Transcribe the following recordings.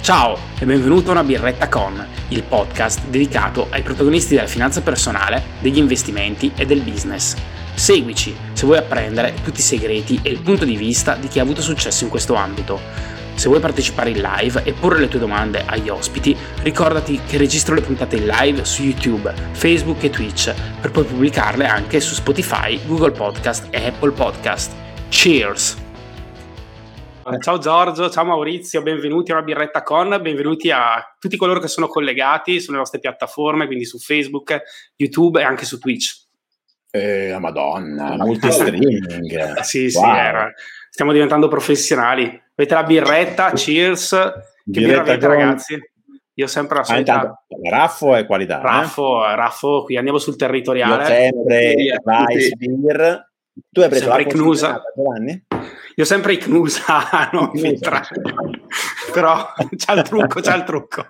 Ciao e benvenuto a Una Birretta Con, il podcast dedicato ai protagonisti della finanza personale, degli investimenti e del business. Seguici se vuoi apprendere tutti i segreti e il punto di vista di chi ha avuto successo in questo ambito. Se vuoi partecipare in live e porre le tue domande agli ospiti, ricordati che registro le puntate in live su YouTube, Facebook e Twitch, per poi pubblicarle anche su Spotify, Google Podcast e Apple Podcast. Cheers! Ciao Giorgio, ciao Maurizio, benvenuti a Una Birretta Con, benvenuti a tutti coloro che sono collegati sulle nostre piattaforme, quindi su Facebook, YouTube e anche su Twitch. Madonna, multistreaming. Sì, stiamo diventando professionali. Avete la birretta, cheers. Che birra avete, ragazzi? Io sempre la solita. Raffo è qualità. Raffo, qui andiamo sul territoriale. Io sempre Weiss Beer. Tu hai preso sempre Cnusa, Giovanni? Io sempre i Cnusa, non filtrati. Però c'ha il trucco.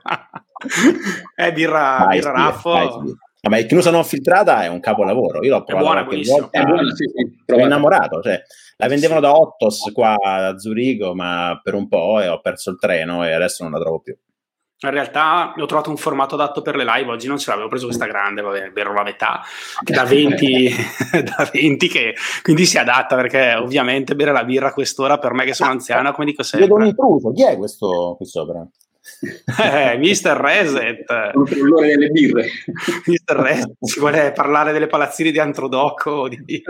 Birra Raffo. Ma il Cnusa non filtrata è un capolavoro. Io l'ho provato qualche volta. È buona, sì. Sono innamorato. Cioè, la vendevano da Ottos qua a Zurigo, ma per un po' e ho perso il treno e adesso non la trovo più. In realtà ho trovato un formato adatto per le live, oggi non ce l'avevo, preso questa grande, berro la metà, da 20, che quindi si adatta, perché ovviamente bere la birra a quest'ora per me che sono anziano, come dico sempre. Io do un intruso, chi è questo qui sopra? Mr. Reset, controllore delle birre. Mr. Reset, si vuole parlare delle palazzine di Antrodoc o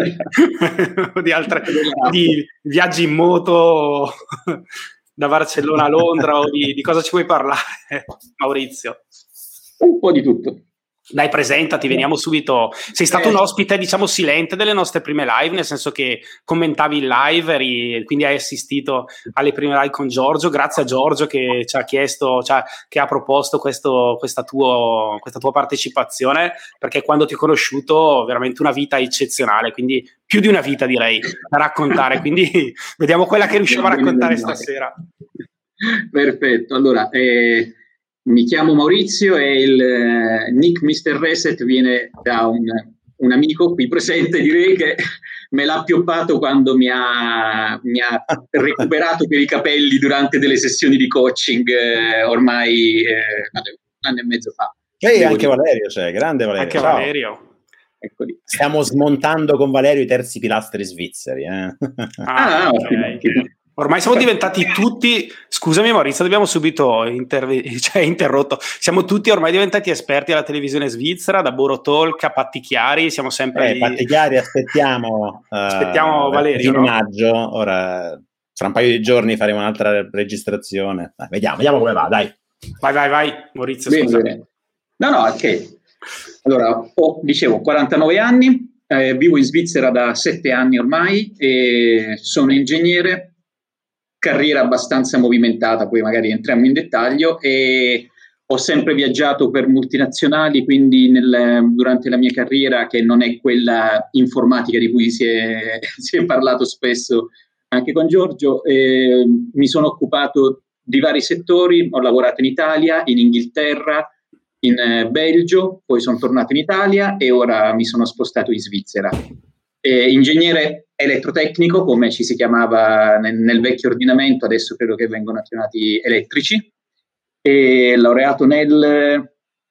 di altre, di viaggi in moto da Barcellona a Londra o di cosa ci vuoi parlare, Maurizio? Un po' di tutto. Dai, presentati, veniamo subito. Sei stato un ospite, diciamo, silente delle nostre prime live, nel senso che commentavi in live, quindi hai assistito alle prime live con Giorgio. Grazie a Giorgio che ci ha chiesto, che ha proposto questa tua partecipazione, perché quando ti ho conosciuto veramente una vita eccezionale, quindi più di una vita direi da raccontare, quindi vediamo quella che riusciamo a raccontare stasera. Perfetto, allora mi chiamo Maurizio e il nick Mr. Reset viene da un amico qui presente, direi, che me l'ha appioppato quando mi ha recuperato per i capelli durante delle sessioni di coaching ormai un anno e mezzo fa. Anche Valerio, grande Valerio. Anche ciao. Valerio. Eccoli. Stiamo smontando con Valerio i terzi pilastri svizzeri. Okay. Ormai siamo diventati tutti, scusami Maurizio, dobbiamo subito interrotto, siamo tutti ormai diventati esperti alla televisione svizzera, da Boro Talk a Patti Chiari, siamo sempre Patti Chiari, aspettiamo Valerio, fine maggio, ora tra un paio di giorni faremo un'altra registrazione, vediamo come va, dai. Vai Maurizio, scusa. Bene. No, ok. Allora, dicevo, 49 anni, vivo in Svizzera da 7 anni ormai e sono ingegnere, carriera abbastanza movimentata, poi magari entriamo in dettaglio, e ho sempre viaggiato per multinazionali, quindi durante la mia carriera, che non è quella informatica di cui si è parlato spesso anche con Giorgio, mi sono occupato di vari settori, ho lavorato in Italia, in Inghilterra, in Belgio, poi sono tornato in Italia e ora mi sono spostato in Svizzera. Ingegnere elettrotecnico, come ci si chiamava nel vecchio ordinamento, adesso credo che vengono chiamati elettrici, e laureato nel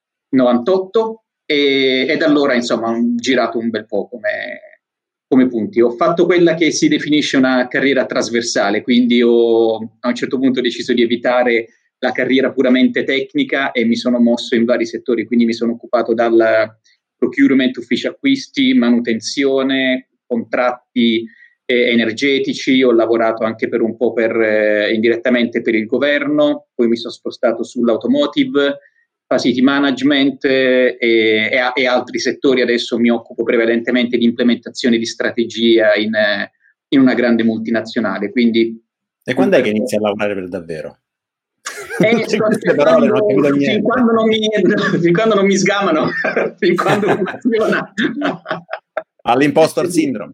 98 e da allora insomma ho girato un bel po' come punti. Ho fatto quella che si definisce una carriera trasversale, quindi a un certo punto ho deciso di evitare la carriera puramente tecnica e mi sono mosso in vari settori, quindi mi sono occupato dal procurement, uffici acquisti, manutenzione, contratti energetici, ho lavorato anche per un po' indirettamente per il governo, poi mi sono spostato sull'automotive, facility management e altri settori. Adesso mi occupo prevalentemente di implementazione di strategia in una grande multinazionale. Quindi, e quando è che inizi a lavorare per davvero? Fin quando non mi sgamano, fin quando funziona. All'impostor syndrome.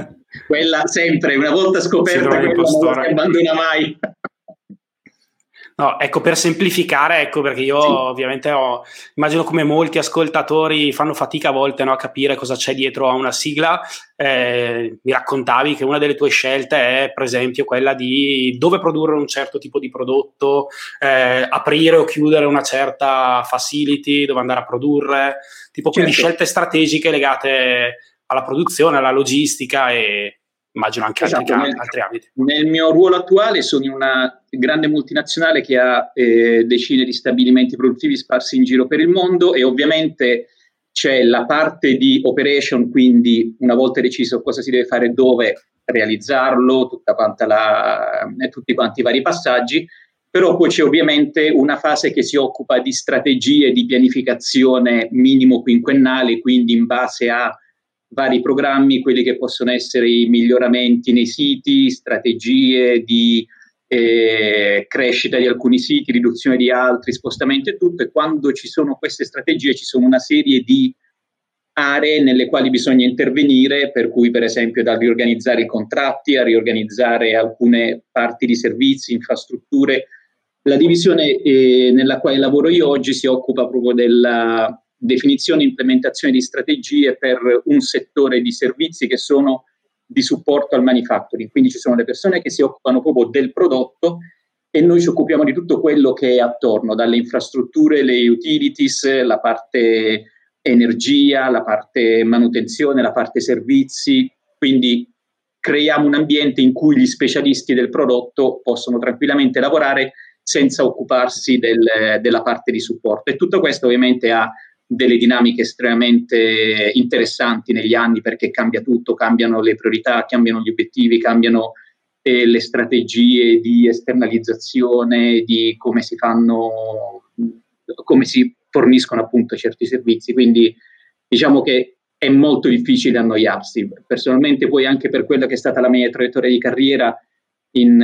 Quella sempre, una volta scoperta, non si abbandona mai. No, ecco, per semplificare, perché io ovviamente immagino come molti ascoltatori fanno fatica a volte, no, a capire cosa c'è dietro a una sigla. Mi raccontavi che una delle tue scelte è, per esempio, quella di dove produrre un certo tipo di prodotto, aprire o chiudere una certa facility, dove andare a produrre, tipo quindi scelte strategiche legate alla produzione, alla logistica e immagino anche altri ambiti. Nel mio ruolo attuale sono in una grande multinazionale che ha decine di stabilimenti produttivi sparsi in giro per il mondo, e ovviamente c'è la parte di operation, quindi una volta deciso cosa si deve fare, dove realizzarlo, tutti quanti i vari passaggi, però poi c'è ovviamente una fase che si occupa di strategie di pianificazione minimo quinquennale, quindi in base a vari programmi, quelli che possono essere i miglioramenti nei siti, strategie di crescita di alcuni siti, riduzione di altri, spostamenti e tutto. E quando ci sono queste strategie ci sono una serie di aree nelle quali bisogna intervenire, per cui per esempio da riorganizzare i contratti, a riorganizzare alcune parti di servizi, infrastrutture. La divisione nella quale lavoro io oggi si occupa proprio della definizione e implementazione di strategie per un settore di servizi che sono di supporto al manufacturing, quindi ci sono le persone che si occupano proprio del prodotto e noi ci occupiamo di tutto quello che è attorno, dalle infrastrutture, le utilities, la parte energia, la parte manutenzione, la parte servizi, quindi creiamo un ambiente in cui gli specialisti del prodotto possono tranquillamente lavorare senza occuparsi della parte di supporto, e tutto questo ovviamente ha delle dinamiche estremamente interessanti negli anni, perché cambia tutto, cambiano le priorità, cambiano gli obiettivi, cambiano le strategie di esternalizzazione, di come si forniscono appunto certi servizi, quindi diciamo che è molto difficile annoiarsi. Personalmente poi, anche per quella che è stata la mia traiettoria di carriera, in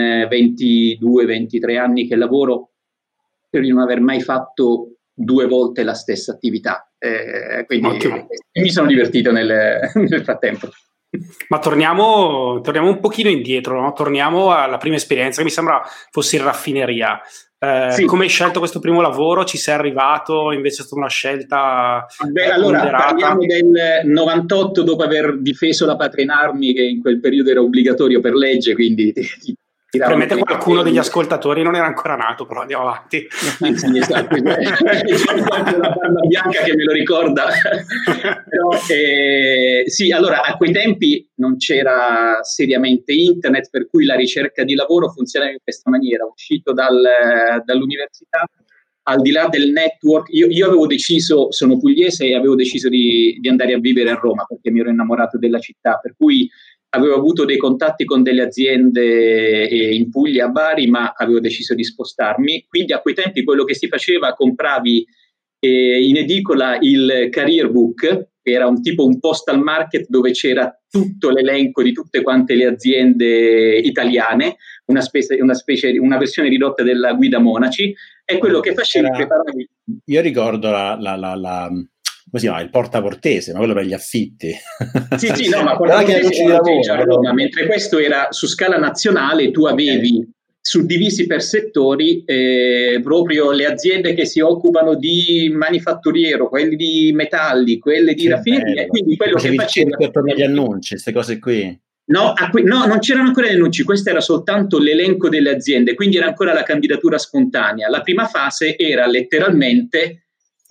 22-23 anni che lavoro, per non aver mai fatto 2 volte la stessa attività, quindi mi sono divertito nel frattempo. Ma torniamo un pochino indietro, no? Torniamo alla prima esperienza, che mi sembra fosse in raffineria. Come hai scelto questo primo lavoro? Ci sei arrivato? Invece è stata una scelta allora parliamo del 98, dopo aver difeso la patria in armi, che in quel periodo era obbligatorio per legge, quindi probabilmente qualcuno degli ascoltatori non era ancora nato, però andiamo avanti. Sì, esatto, c'è la barba bianca che me lo ricorda. Però, sì, allora a quei tempi non c'era seriamente internet, per cui la ricerca di lavoro funzionava in questa maniera. Uscito dall'università, al di là del network, io avevo deciso, sono pugliese e avevo deciso di andare a vivere a Roma perché mi ero innamorato della città, per cui avevo avuto dei contatti con delle aziende in Puglia, a Bari, ma avevo deciso di spostarmi. Quindi a quei tempi quello che si faceva, compravi in edicola il Career Book, che era un postal market dove c'era tutto l'elenco di tutte quante le aziende italiane, una versione ridotta della Guida Monaci, e quello che facevi preparavi. Io ricordo come si chiama? Il portaportese, ma quello per gli affitti. Sì, no, ma portaportese a Roma, mentre questo era su scala nazionale. Tu avevi suddivisi per settori proprio le aziende che si occupano di manifatturiero, quelli di metalli, quelle di raffineria, quindi quello che faceva gli annunci, queste cose qui. No, non c'erano ancora gli annunci, questo era soltanto l'elenco delle aziende, quindi era ancora la candidatura spontanea. La prima fase era letteralmente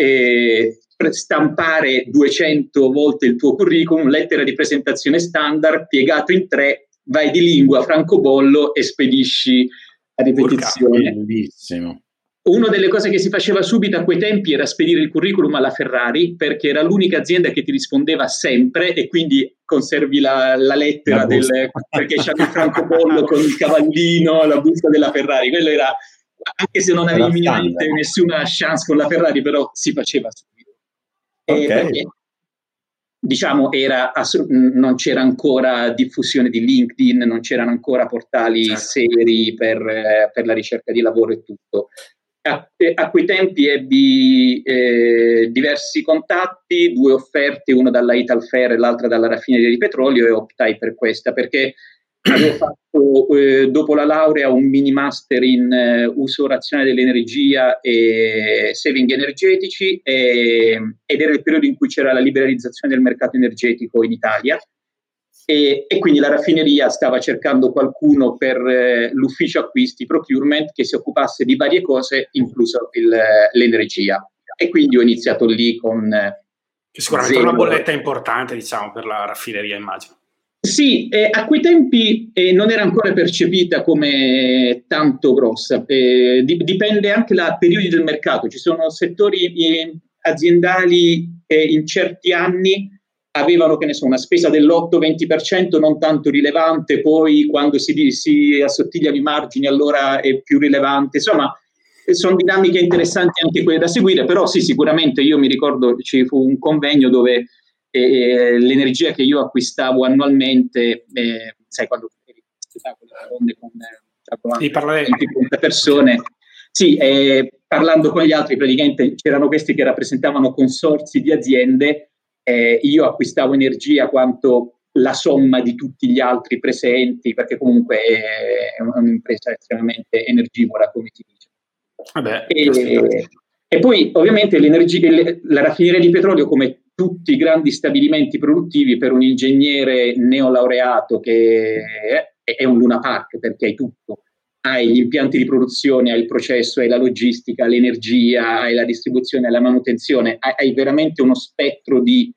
stampare 200 volte il tuo curriculum, lettera di presentazione standard, piegato in 3, vai di lingua francobollo e spedisci a ripetizione. Bellissimo. Una delle cose che si faceva subito a quei tempi era spedire il curriculum alla Ferrari, perché era l'unica azienda che ti rispondeva sempre, e quindi conservi la lettera perché c'era il francobollo con il cavallino, la busta della Ferrari. Quello era, anche se non avevi minimamente nessuna chance con la Ferrari, però si faceva subito. Perché, diciamo, non c'era ancora diffusione di LinkedIn, non c'erano ancora portali seri per la ricerca di lavoro e tutto. A quei tempi ebbi diversi contatti, 2 offerte, una dalla Italfer e l'altra dalla raffineria di petrolio, e optai per questa perché avevo fatto dopo la laurea un mini master in uso razionale dell'energia e saving energetici, ed era il periodo in cui c'era la liberalizzazione del mercato energetico in Italia, e quindi la raffineria stava cercando qualcuno per l'ufficio acquisti, procurement, che si occupasse di varie cose, incluso l'energia. E quindi ho iniziato lì con... Che sicuramente è una bolletta importante, diciamo, per la raffineria, immagino. Sì, a quei tempi non era ancora percepita come tanto grossa. Dipende anche da periodi del mercato. Ci sono settori aziendali che in certi anni avevano, che ne so, una spesa dell'8-20%, non tanto rilevante, poi quando si assottigliano i margini allora è più rilevante. Insomma, sono dinamiche interessanti anche quelle da seguire, però sì, sicuramente io mi ricordo ci fu un convegno dove l'energia che io acquistavo annualmente, sai, quando eri con 20 persone, sì, parlando con gli altri, praticamente c'erano questi che rappresentavano consorzi di aziende, io acquistavo energia quanto la somma di tutti gli altri presenti, perché comunque è un'impresa estremamente energivora, come si dice. Vabbè, e poi ovviamente la raffineria di petrolio, come tutti i grandi stabilimenti produttivi, per un ingegnere neolaureato che è un Luna Park, perché hai tutto. Hai gli impianti di produzione, hai il processo, hai la logistica, l'energia, hai la distribuzione, hai la manutenzione, hai veramente uno spettro di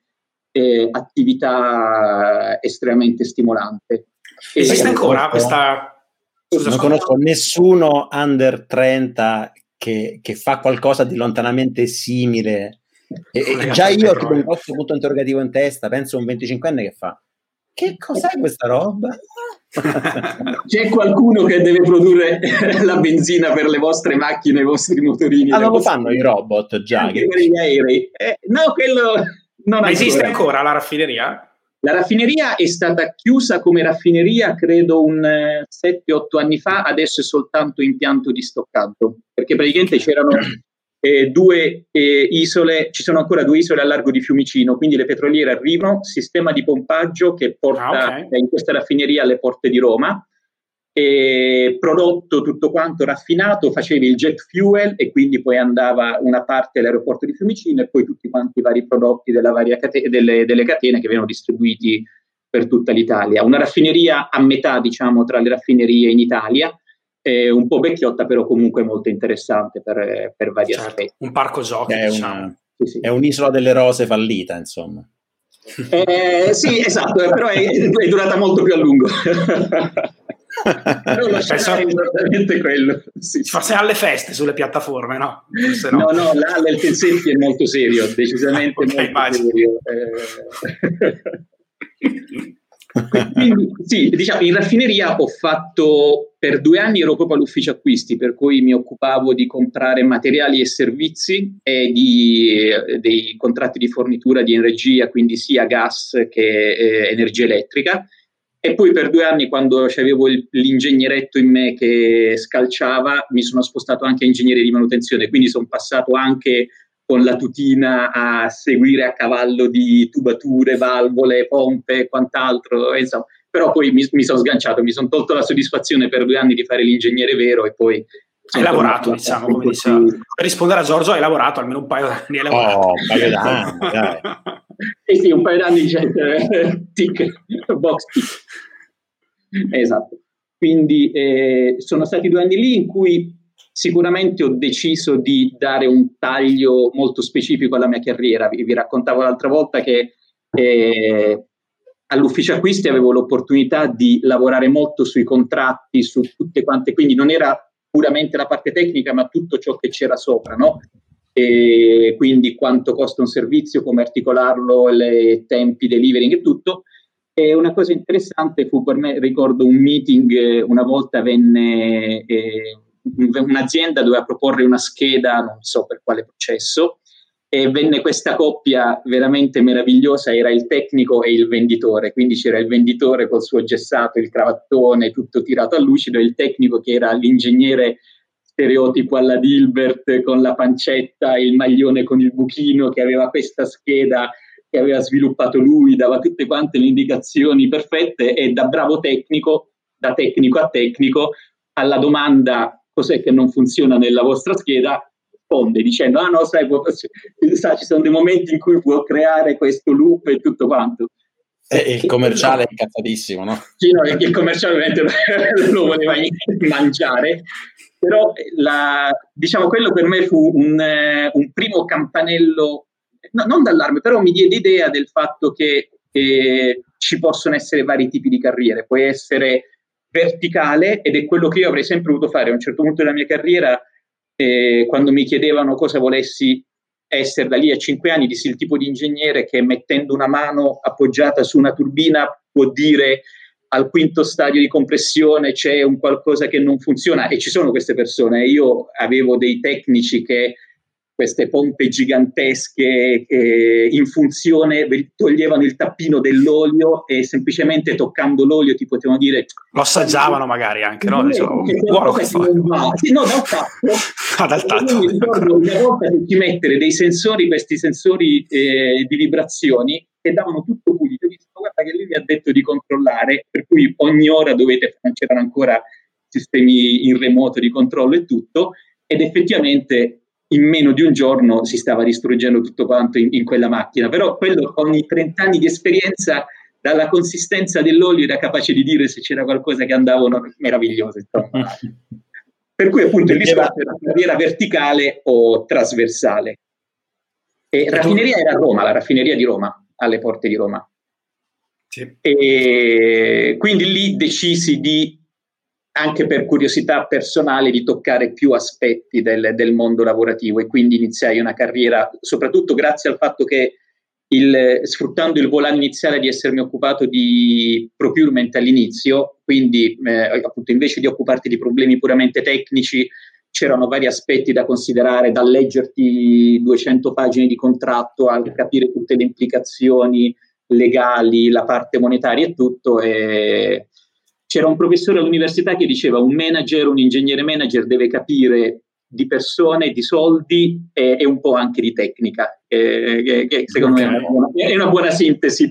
attività estremamente stimolante. Esiste ancora questa... Non conosco nessuno under 30 che fa qualcosa di lontanamente simile. E già io ho un grosso punto interrogativo in testa, penso a un 25enne che fa: che cos'è questa roba? C'è qualcuno che deve produrre la benzina per le vostre macchine, i vostri motorini. Lo fanno i robot già. Anche per gli aerei. No, quello non esiste ancora la raffineria? La raffineria è stata chiusa come raffineria credo un 7-8 anni fa, adesso è soltanto impianto di stoccaggio, perché praticamente c'erano due isole, ci sono ancora 2 isole al largo di Fiumicino, quindi le petroliere arrivano, sistema di pompaggio che porta in questa raffineria alle porte di Roma, prodotto tutto quanto raffinato, facevi il jet fuel e quindi poi andava una parte all'aeroporto di Fiumicino e poi tutti quanti i vari prodotti delle catene che vengono distribuiti per tutta l'Italia. Una raffineria a metà, diciamo, tra le raffinerie in Italia, un po' vecchiotta, però comunque molto interessante per vari aspetti. Un parco giochi, diciamo. Sì. È un'isola delle rose fallita, insomma. Sì, esatto, però è durata molto più a lungo. Però lo è esattamente quello. Sì. Forse alle feste sulle piattaforme, no? No, là il Pensetti è molto serio, decisamente molto serio. Quindi, sì, diciamo, in raffineria ho fatto per 2 anni, ero proprio all'ufficio acquisti, per cui mi occupavo di comprare materiali e servizi e dei contratti di fornitura di energia, quindi sia gas che energia elettrica. E poi per 2 anni, quando avevo l'ingegneretto in me che scalciava, mi sono spostato anche a ingegnere di manutenzione, quindi sono passato anche con la tutina a seguire a cavallo di tubature, valvole, pompe e quant'altro, insomma. Però poi mi sono sganciato, mi sono tolto la soddisfazione per 2 anni di fare l'ingegnere vero e poi... Hai lavorato, diciamo, come diceva. Per rispondere a Giorgio, hai lavorato almeno un paio d'anni. Un paio d'anni, dai. Sì, un paio d'anni, box tick. Esatto. Quindi sono stati 2 anni lì in cui sicuramente ho deciso di dare un taglio molto specifico alla mia carriera. Vi raccontavo l'altra volta che all'ufficio acquisti avevo l'opportunità di lavorare molto sui contratti, su tutte quante, quindi non era puramente la parte tecnica, ma tutto ciò che c'era sopra, no? E quindi quanto costa un servizio, come articolarlo, i tempi, delivering e tutto. E una cosa interessante fu per me, ricordo un meeting, una volta venne un'azienda doveva proporre una scheda, non so per quale processo, e venne questa coppia veramente meravigliosa, era il tecnico e il venditore, quindi c'era il venditore col suo gessato, il cravattone, tutto tirato a lucido, e il tecnico che era l'ingegnere stereotipo alla Dilbert, con la pancetta, il maglione con il buchino, che aveva questa scheda che aveva sviluppato lui, dava tutte quante le indicazioni perfette, e da bravo tecnico da tecnico a tecnico, alla domanda: cos'è che non funziona nella vostra scheda? Risponde dicendo: ah no, sai, ci sono dei momenti in cui può creare questo loop e tutto quanto. Il commerciale è incazzatissimo, no? Sì, no, il commerciale ovviamente lo voleva mangiare, però diciamo quello per me fu un primo campanello, no, non d'allarme, però mi diede idea del fatto che ci possono essere vari tipi di carriere. Puoi essere verticale, ed è quello che io avrei sempre voluto fare. A un certo punto della mia carriera, quando mi chiedevano cosa volessi essere da lì a 5 anni, dissi il tipo di ingegnere che mettendo una mano appoggiata su una turbina può dire al quinto stadio di compressione c'è un qualcosa che non funziona, e ci sono queste persone. Io avevo dei tecnici che queste pompe gigantesche in funzione toglievano il tappino dell'olio e semplicemente toccando l'olio ti potevano dire, lo assaggiavano magari anche, no? Buono questo. Sì, no, dal tatto. Dal tatto. Mi ricordo una volta di mettere dei sensori, questi sensori di vibrazioni, che davano tutto pulito. Guarda che lui mi ha detto di controllare, per cui ogni ora c'erano ancora sistemi in remoto di controllo e tutto, ed effettivamente in meno di un giorno si stava distruggendo tutto quanto in quella macchina. Però quello, con i 30 anni di esperienza, dalla consistenza dell'olio era capace di dire se c'era qualcosa che andava meraviglioso. Per cui appunto il discorso era carriera verticale o trasversale. E raffineria era a Roma, la raffineria di Roma, alle porte di Roma. Sì. E quindi lì decisi anche per curiosità personale, di toccare più aspetti del mondo lavorativo, e quindi iniziai una carriera, soprattutto grazie al fatto che sfruttando il volano iniziale di essermi occupato di procurement all'inizio, quindi appunto invece di occuparti di problemi puramente tecnici, c'erano vari aspetti da considerare, dal leggerti 200 pagine di contratto al capire tutte le implicazioni legali, la parte monetaria e tutto. E c'era un professore all'università che diceva: un ingegnere manager deve capire di persone, di soldi e un po' anche di tecnica, che secondo me è una buona sintesi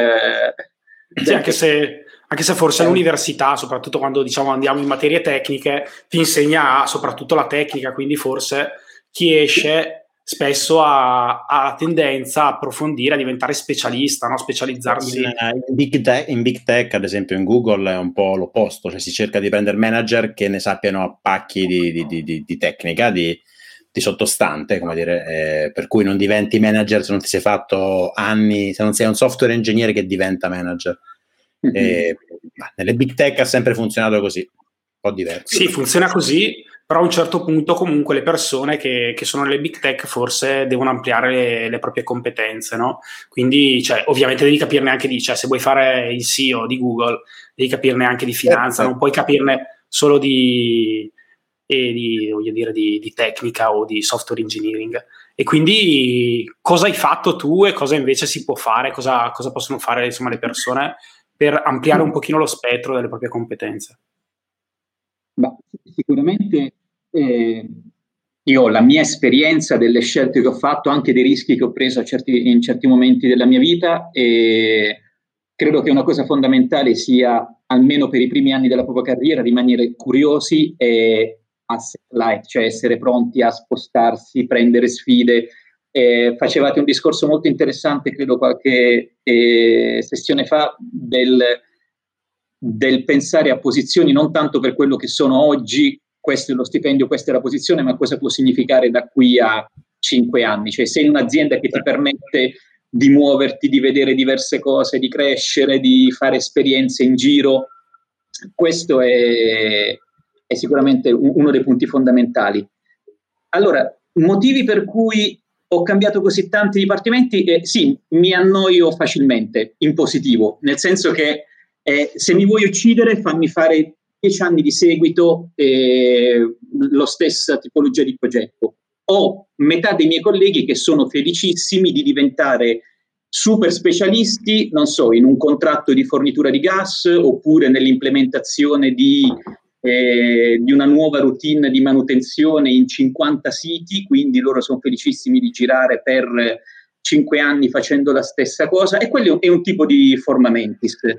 sì, anche se forse all'università, soprattutto quando andiamo in materie tecniche, ti insegna soprattutto la tecnica, quindi forse chi esce spesso ha tendenza a approfondire, a diventare specialista, no? Specializzarsi. In big tech, ad esempio in Google, è un po' l'opposto, cioè si cerca di prendere manager che ne sappiano a pacchi di tecnica, di sottostante, come dire, per cui non diventi manager se non ti sei fatto anni, se non sei un software engineer che diventa manager. Nelle big tech ha sempre funzionato così, un po' diverso. Sì, funziona così, però a un certo punto comunque le persone che sono nelle big tech forse devono ampliare le proprie competenze, no? Quindi ovviamente devi capirne anche se vuoi fare il CEO di Google, devi capirne anche di finanza, non puoi capirne solo di tecnica o di software engineering. E quindi cosa hai fatto tu e cosa invece si può fare, cosa possono fare le persone per ampliare un pochino lo spettro delle proprie competenze? Sicuramente io ho la mia esperienza delle scelte che ho fatto, anche dei rischi che ho preso in certi momenti della mia vita, e credo che una cosa fondamentale sia, almeno per i primi anni della propria carriera, rimanere curiosi e asset light, cioè essere pronti a spostarsi, prendere sfide. Facevate un discorso molto interessante, credo qualche sessione fa, del pensare a posizioni non tanto per quello che sono oggi, questo è lo stipendio, questa è la posizione, ma cosa può significare da qui a 5 anni. Cioè, sei in un'azienda che ti permette di muoverti, di vedere diverse cose, di crescere, di fare esperienze in giro. Questo è sicuramente uno dei punti fondamentali. Allora, motivi per cui ho cambiato così tanti dipartimenti? Sì, mi annoio facilmente, in positivo, nel senso che se mi vuoi uccidere, fammi fare 10 anni di seguito lo stessa tipologia di progetto. Ho metà dei miei colleghi che sono felicissimi di diventare super specialisti, non so, in un contratto di fornitura di gas, oppure nell'implementazione di una nuova routine di manutenzione in 50 siti, quindi loro sono felicissimi di girare per 5 anni facendo la stessa cosa, e quello è un tipo di forma mentis.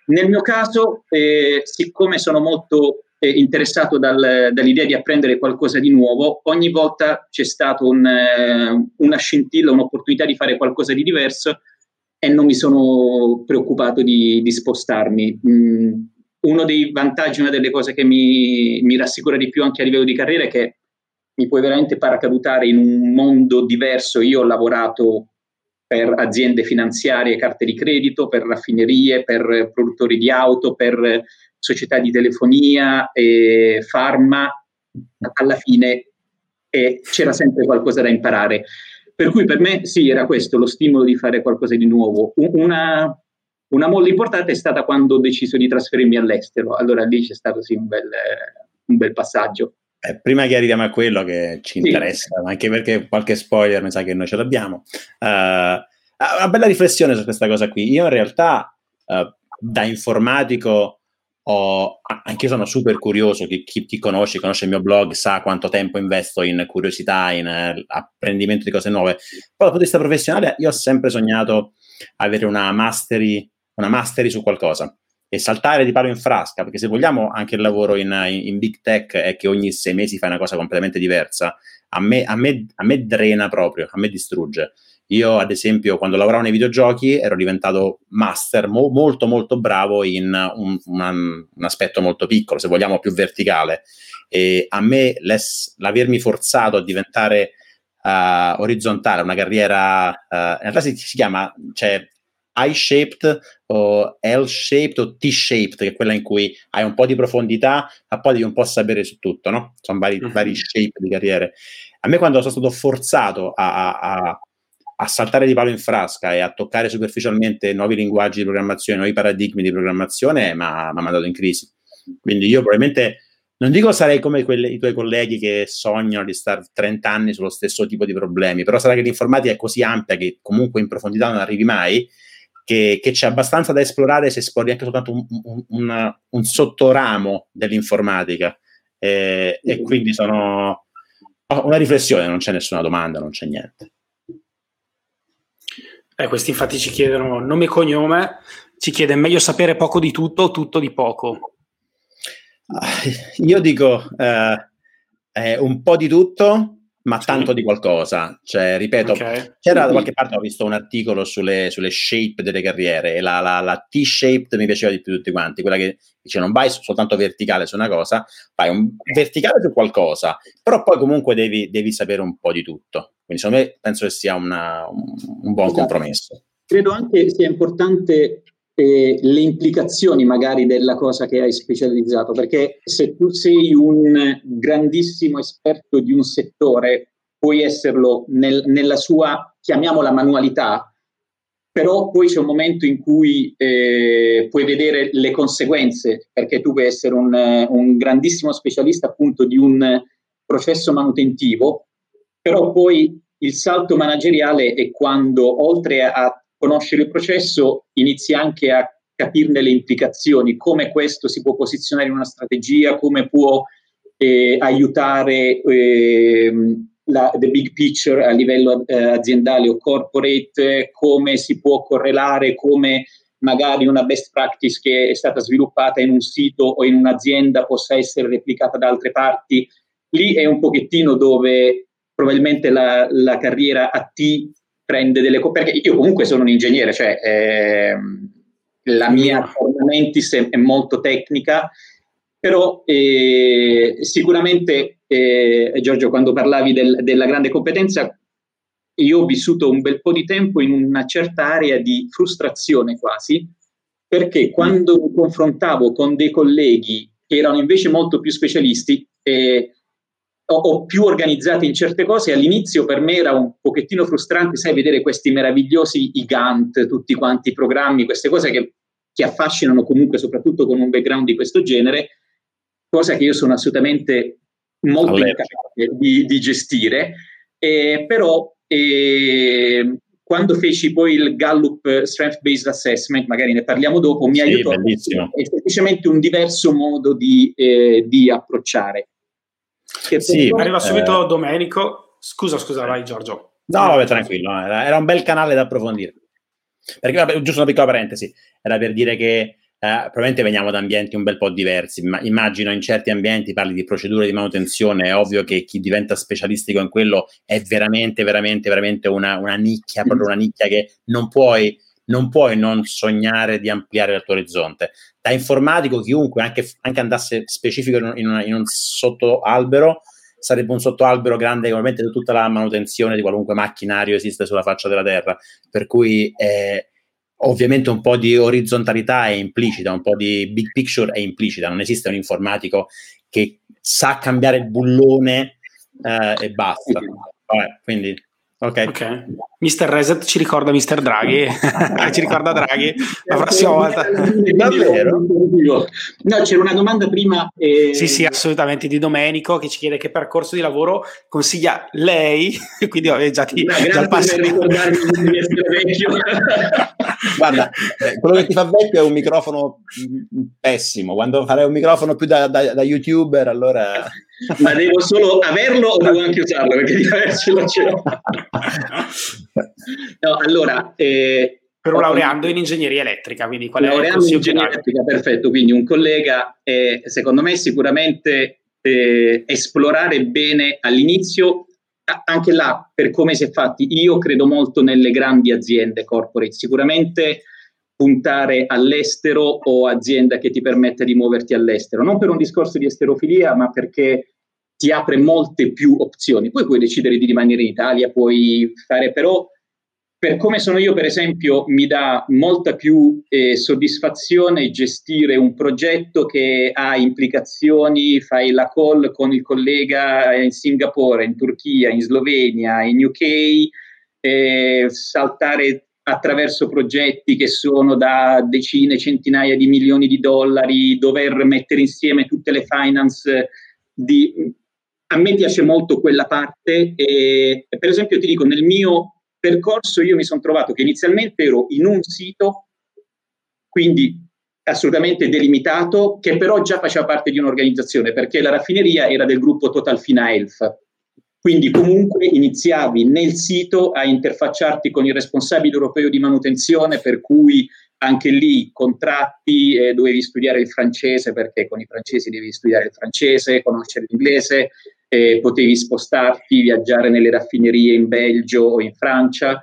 Nel mio caso, siccome sono molto interessato dall'idea di apprendere qualcosa di nuovo, ogni volta c'è stato una scintilla, un'opportunità di fare qualcosa di diverso e non mi sono preoccupato di spostarmi. Uno dei vantaggi, una delle cose che mi rassicura di più anche a livello di carriera è che mi puoi veramente paracadutare in un mondo diverso. Io ho lavorato per aziende finanziarie, carte di credito, per raffinerie, per produttori di auto, per società di telefonia, farma. Alla fine c'era sempre qualcosa da imparare. Per cui per me sì, era questo lo stimolo di fare qualcosa di nuovo. Una molla importante è stata quando ho deciso di trasferirmi all'estero. Allora lì c'è stato sì un bel passaggio. Prima che arriviamo a quello che ci interessa, anche perché qualche spoiler mi sa che noi ce l'abbiamo, una bella riflessione su questa cosa qui. Io in realtà da informatico anche io sono super curioso. Chi conosce il mio blog sa quanto tempo investo in curiosità, in apprendimento di cose nuove. Poi dal punto di vista professionale io ho sempre sognato avere una mastery su qualcosa e saltare di palo in frasca, perché se vogliamo anche il lavoro in big tech è che ogni 6 mesi fai una cosa completamente diversa. A me drena proprio, a me distrugge. Io ad esempio quando lavoravo nei videogiochi ero diventato master molto molto bravo in un aspetto molto piccolo, se vogliamo più verticale, e a me l'avermi forzato a diventare orizzontale, una carriera in realtà si chiama, cioè I-shaped o L-shaped o T-shaped, che è quella in cui hai un po' di profondità ma poi devi un po' sapere su tutto, no? Sono vari shape di carriere. A me quando sono stato forzato a saltare di palo in frasca e a toccare superficialmente nuovi linguaggi di programmazione, nuovi paradigmi di programmazione, mi ha mandato in crisi. Quindi io probabilmente, non dico sarei come i tuoi colleghi che sognano di stare 30 anni sullo stesso tipo di problemi, però sarà che l'informatica è così ampia che comunque in profondità non arrivi mai, che c'è abbastanza da esplorare se esplori anche soltanto un sottoramo dell'informatica. E quindi sono una riflessione, non c'è nessuna domanda, non c'è niente. Questi infatti ci chiedono nome e cognome, ci chiede meglio sapere poco di tutto o tutto di poco. Io dico un po' di tutto, ma tanto di qualcosa. Cioè, ripeto, c'era da qualche parte, ho visto un articolo sulle shape delle carriere e la T-shaped mi piaceva di più di tutti quanti, quella che dice non vai soltanto verticale su una cosa, vai un verticale su qualcosa, però poi comunque devi sapere un po' di tutto. Quindi secondo me penso che sia un buon compromesso. Credo anche sia importante le implicazioni magari della cosa che hai specializzato, perché se tu sei un grandissimo esperto di un settore, puoi esserlo nella sua, chiamiamola manualità, però poi c'è un momento in cui puoi vedere le conseguenze, perché tu puoi essere un grandissimo specialista appunto di un processo manutentivo, però poi il salto manageriale è quando, oltre a conoscere il processo, inizi anche a capirne le implicazioni, come questo si può posizionare in una strategia, come può aiutare the big picture a livello aziendale o corporate, come si può correlare, come magari una best practice che è stata sviluppata in un sito o in un'azienda possa essere replicata da altre parti. Lì è un pochettino dove probabilmente la carriera a T prende delle cose, perché io comunque sono un ingegnere, cioè la mia ornamentis è molto tecnica, però sicuramente Giorgio, quando parlavi della grande competenza, io ho vissuto un bel po' di tempo in una certa area di frustrazione quasi, perché quando mi confrontavo con dei colleghi che erano invece molto più specialisti o più organizzati in certe cose, all'inizio per me era un pochettino frustrante, sai, vedere questi meravigliosi Gantt, tutti quanti i programmi, queste cose che affascinano comunque, soprattutto con un background di questo genere, cosa che io sono assolutamente molto incapace di gestire, però quando feci poi il Gallup Strength Based Assessment, magari ne parliamo dopo, mi aiutò, è semplicemente un diverso modo di approcciare. Sì, arriva subito Domenico. Scusa, vai Giorgio. No, vabbè, tranquillo, era un bel canale da approfondire. Perché, vabbè, giusto una piccola parentesi, era per dire che probabilmente veniamo da ambienti un bel po' diversi, ma immagino in certi ambienti parli di procedure di manutenzione, è ovvio che chi diventa specialistico in quello è veramente una nicchia, proprio una nicchia che non puoi non sognare di ampliare il tuo orizzonte. Da informatico chiunque anche andasse specifico in un sottoalbero, sarebbe un sottoalbero grande come tutta la manutenzione di qualunque macchinario esiste sulla faccia della terra, per cui ovviamente un po' di orizzontalità è implicita, un po' di big picture è implicita, non esiste un informatico che sa cambiare il bullone e basta. Vabbè, quindi ok. Mr. Reset ci ricorda Mr. Draghi, ci ricorda Draghi la prossima volta. Davvero? No, c'era una domanda prima. Sì, assolutamente, di Domenico, che ci chiede che percorso di lavoro consiglia lei, quindi già il passo. Ricordarmi di essere vecchio. Guarda, quello che ti fa vecchio è un microfono pessimo. Quando farei un microfono più da YouTuber, allora... Ma devo solo averlo o devo anche usarlo? Perché di avercelo ce l'ho. No, allora... per un laureando in ingegneria elettrica, quindi qual è il consiglio? In ingegneria elettrica, perfetto. Quindi un collega, secondo me, sicuramente esplorare bene all'inizio, anche là, per come si è fatti. Io credo molto nelle grandi aziende corporate, sicuramente puntare all'estero o azienda che ti permette di muoverti all'estero, non per un discorso di esterofilia, ma perché ti apre molte più opzioni. Poi puoi decidere di rimanere in Italia, puoi fare, però per come sono io, per esempio, mi dà molta più soddisfazione gestire un progetto che ha implicazioni, fai la call con il collega in Singapore, in Turchia, in Slovenia, in UK, saltare attraverso progetti che sono da decine, centinaia di milioni di dollari, dover mettere insieme tutte le finance. A me piace molto quella parte e per esempio ti dico, nel mio percorso io mi sono trovato che inizialmente ero in un sito, quindi assolutamente delimitato, che però già faceva parte di un'organizzazione, perché la raffineria era del gruppo Total Fina Elf. Quindi comunque iniziavi nel sito a interfacciarti con il responsabile europeo di manutenzione, per cui anche lì contratti, dovevi studiare il francese, perché con i francesi devi studiare il francese, conoscere l'inglese, potevi spostarti, viaggiare nelle raffinerie in Belgio o in Francia.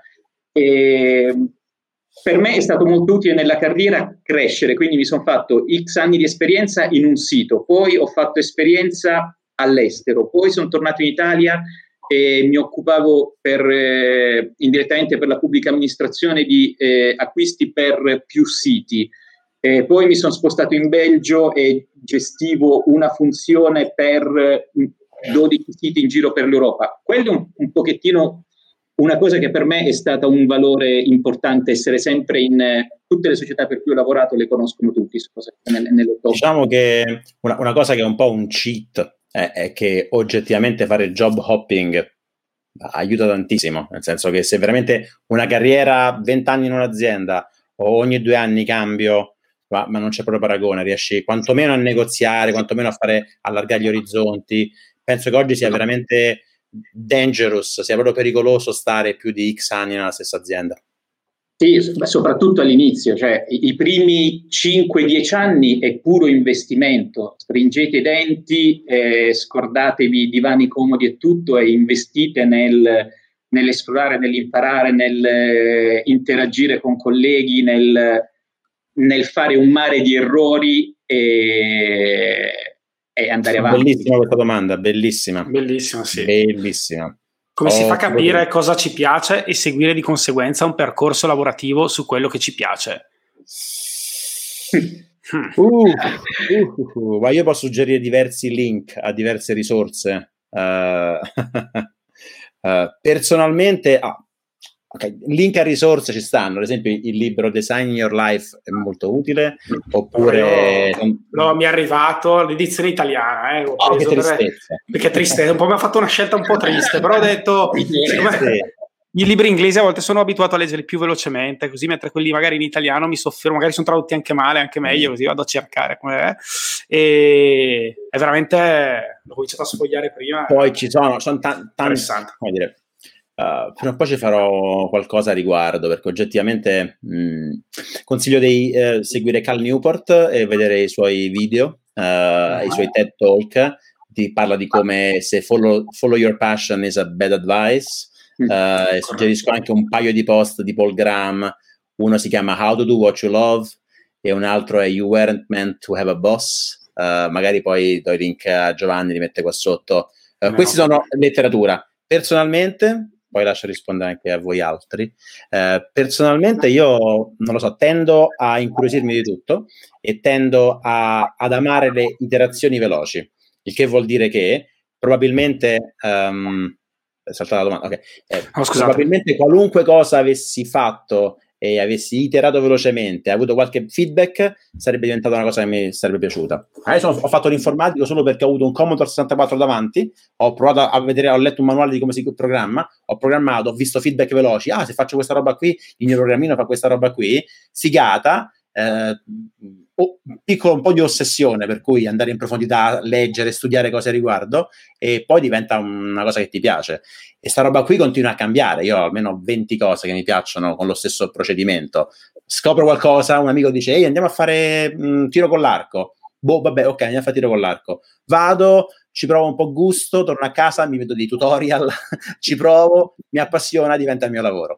Per me è stato molto utile nella carriera crescere, quindi mi sono fatto X anni di esperienza in un sito, poi ho fatto esperienza all'estero, poi sono tornato in Italia e mi occupavo indirettamente per la pubblica amministrazione di acquisti per più siti. Poi mi sono spostato in Belgio e gestivo una funzione per 12 siti in giro per l'Europa. Quello è un pochettino una cosa che per me è stata un valore importante, essere sempre in tutte le società per cui ho lavorato, le conoscono tutti. Nelle top. Diciamo che una cosa che è un po' un cheat è che oggettivamente fare job hopping aiuta tantissimo, nel senso che se veramente una carriera 20 anni in un'azienda o ogni 2 anni cambio, ma non c'è proprio paragone, riesci quantomeno a negoziare, quantomeno a fare allargare gli orizzonti. Penso che oggi sia veramente dangerous, sia proprio pericoloso stare più di X anni nella stessa azienda. Sì, soprattutto all'inizio, cioè i primi 5-10 anni è puro investimento, stringete i denti, scordatevi i divani comodi e tutto e investite nell'esplorare, nell'imparare, nel interagire con colleghi, nel fare un mare di errori e andare avanti. Bellissima questa domanda, bellissima. Bellissima, sì. Bellissima. Come si fa a capire cosa ci piace e seguire di conseguenza un percorso lavorativo su quello che ci piace? Ma io posso suggerire diversi link a diverse risorse. Personalmente, link a risorse ci stanno, ad esempio il libro Design Your Life è molto utile, oppure no, mi è arrivato l'edizione italiana, che tristezza. Perché tristezza, un po' mi ha fatto una scelta un po' triste, però ho detto i libri inglesi a volte sono abituato a leggerli più velocemente, così, mentre quelli magari in italiano mi soffermo, magari sono tradotti anche male, anche meglio, così vado a cercare come è. E è veramente, l'ho cominciato a sfogliare prima. Poi ci sono tanti, come dire, Prima o poi ci farò qualcosa a riguardo, perché oggettivamente consiglio di seguire Cal Newport e vedere i suoi video, i suoi TED Talk. Ti parla di come se follow your passion is a bad advice. Suggerisco anche un paio di post di Paul Graham. Uno si chiama How to Do What You Love e un altro è You Weren't Meant to Have a Boss. Magari poi do il link a Giovanni, li mette qua sotto. Questi sono letteratura. Personalmente, poi lascio rispondere anche a voi altri. Personalmente io, non lo so, tendo a incuriosirmi di tutto e tendo ad amare le iterazioni veloci, il che vuol dire che probabilmente è saltata la domanda, okay. Probabilmente qualunque cosa avessi fatto e avessi iterato velocemente, avuto qualche feedback, sarebbe diventata una cosa che mi sarebbe piaciuta. Adesso ho fatto l'informatico solo perché ho avuto un Commodore 64 davanti, ho provato a vedere, ho letto un manuale di come si programma, ho programmato, ho visto feedback veloci, se faccio questa roba qui, il mio programmino fa questa roba qui, figata, un po' di ossessione, per cui andare in profondità, leggere, studiare cose a riguardo, e poi diventa una cosa che ti piace. E sta roba qui continua a cambiare. Io ho almeno 20 cose che mi piacciono con lo stesso procedimento. Scopro qualcosa, un amico dice: ehi, andiamo a fare tiro con l'arco. Vabbè, ok, andiamo a fare tiro con l'arco. Vado, ci provo un po' gusto, torno a casa, mi vedo dei tutorial, ci provo, mi appassiona, diventa il mio lavoro.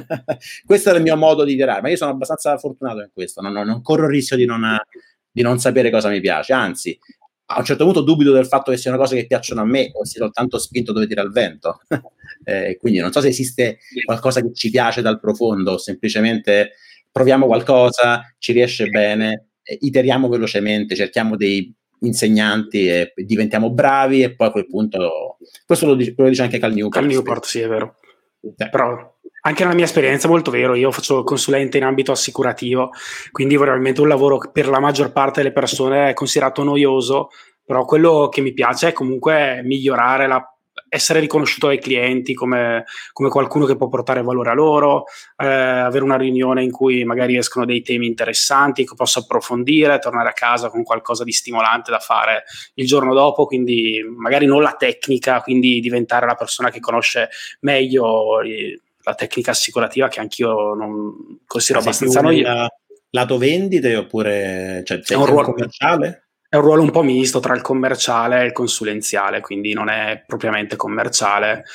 Questo è il mio modo di iterare, ma io sono abbastanza fortunato in questo, non corro il rischio di non sapere cosa mi piace, anzi, a un certo punto dubito del fatto che siano cose che piacciono a me o sia soltanto spinto dove tira il vento. Quindi non so se esiste qualcosa che ci piace dal profondo, semplicemente proviamo qualcosa, ci riesce bene, iteriamo velocemente, cerchiamo dei insegnanti e diventiamo bravi, e poi a quel punto, questo lo dice anche Cal Newport. Cal Newport, sì, è vero. Però anche nella mia esperienza è molto vero. Io faccio consulente in ambito assicurativo, quindi probabilmente un lavoro che per la maggior parte delle persone è considerato noioso, però quello che mi piace è comunque migliorare essere riconosciuto dai clienti come qualcuno che può portare valore a loro, avere una riunione in cui magari escono dei temi interessanti che posso approfondire, tornare a casa con qualcosa di stimolante da fare il giorno dopo, quindi magari non la tecnica, quindi diventare la persona che conosce meglio la tecnica assicurativa, che anch'io non considero abbastanza noiosa. Lato vendite oppure è un ruolo commerciale? È un ruolo un po' misto tra il commerciale e il consulenziale, quindi non è propriamente commerciale,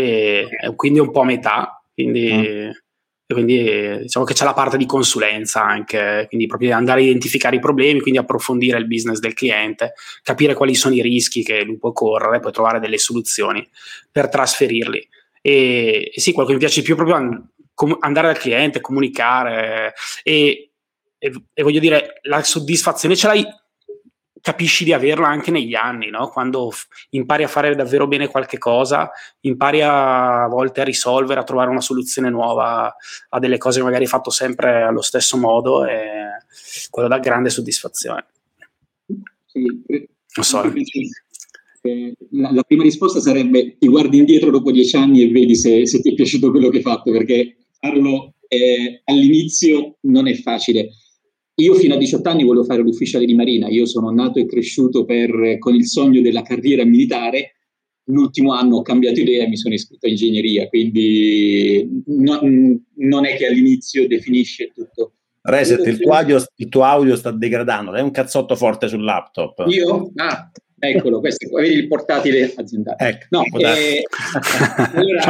e quindi è un po' a metà, quindi diciamo che c'è la parte di consulenza anche, quindi proprio andare a identificare i problemi, quindi approfondire il business del cliente, capire quali sono i rischi che lui può correre, poi trovare delle soluzioni per trasferirli. E sì, quello che mi piace più è proprio andare dal cliente, comunicare, e voglio dire, la soddisfazione ce l'hai, capisci di averla anche negli anni, no? Quando impari a fare davvero bene qualche cosa, impari a volte a risolvere, a trovare una soluzione nuova a delle cose che magari hai fatto sempre allo stesso modo, e quello dà grande soddisfazione. Sì, non so. La prima risposta sarebbe: ti guardi indietro dopo 10 anni e vedi se ti è piaciuto quello che hai fatto, perché farlo all'inizio non è facile. Io fino a 18 anni volevo fare l'ufficiale di marina. Io sono nato e cresciuto con il sogno della carriera militare. L'ultimo anno ho cambiato idea e mi sono iscritto a ingegneria, quindi non è che all'inizio definisce tutto. Reset, il tuo audio sta degradando, è un cazzotto forte sul laptop. Io? Eccolo, questo, vedi il portatile aziendale. Ecco, no, allora,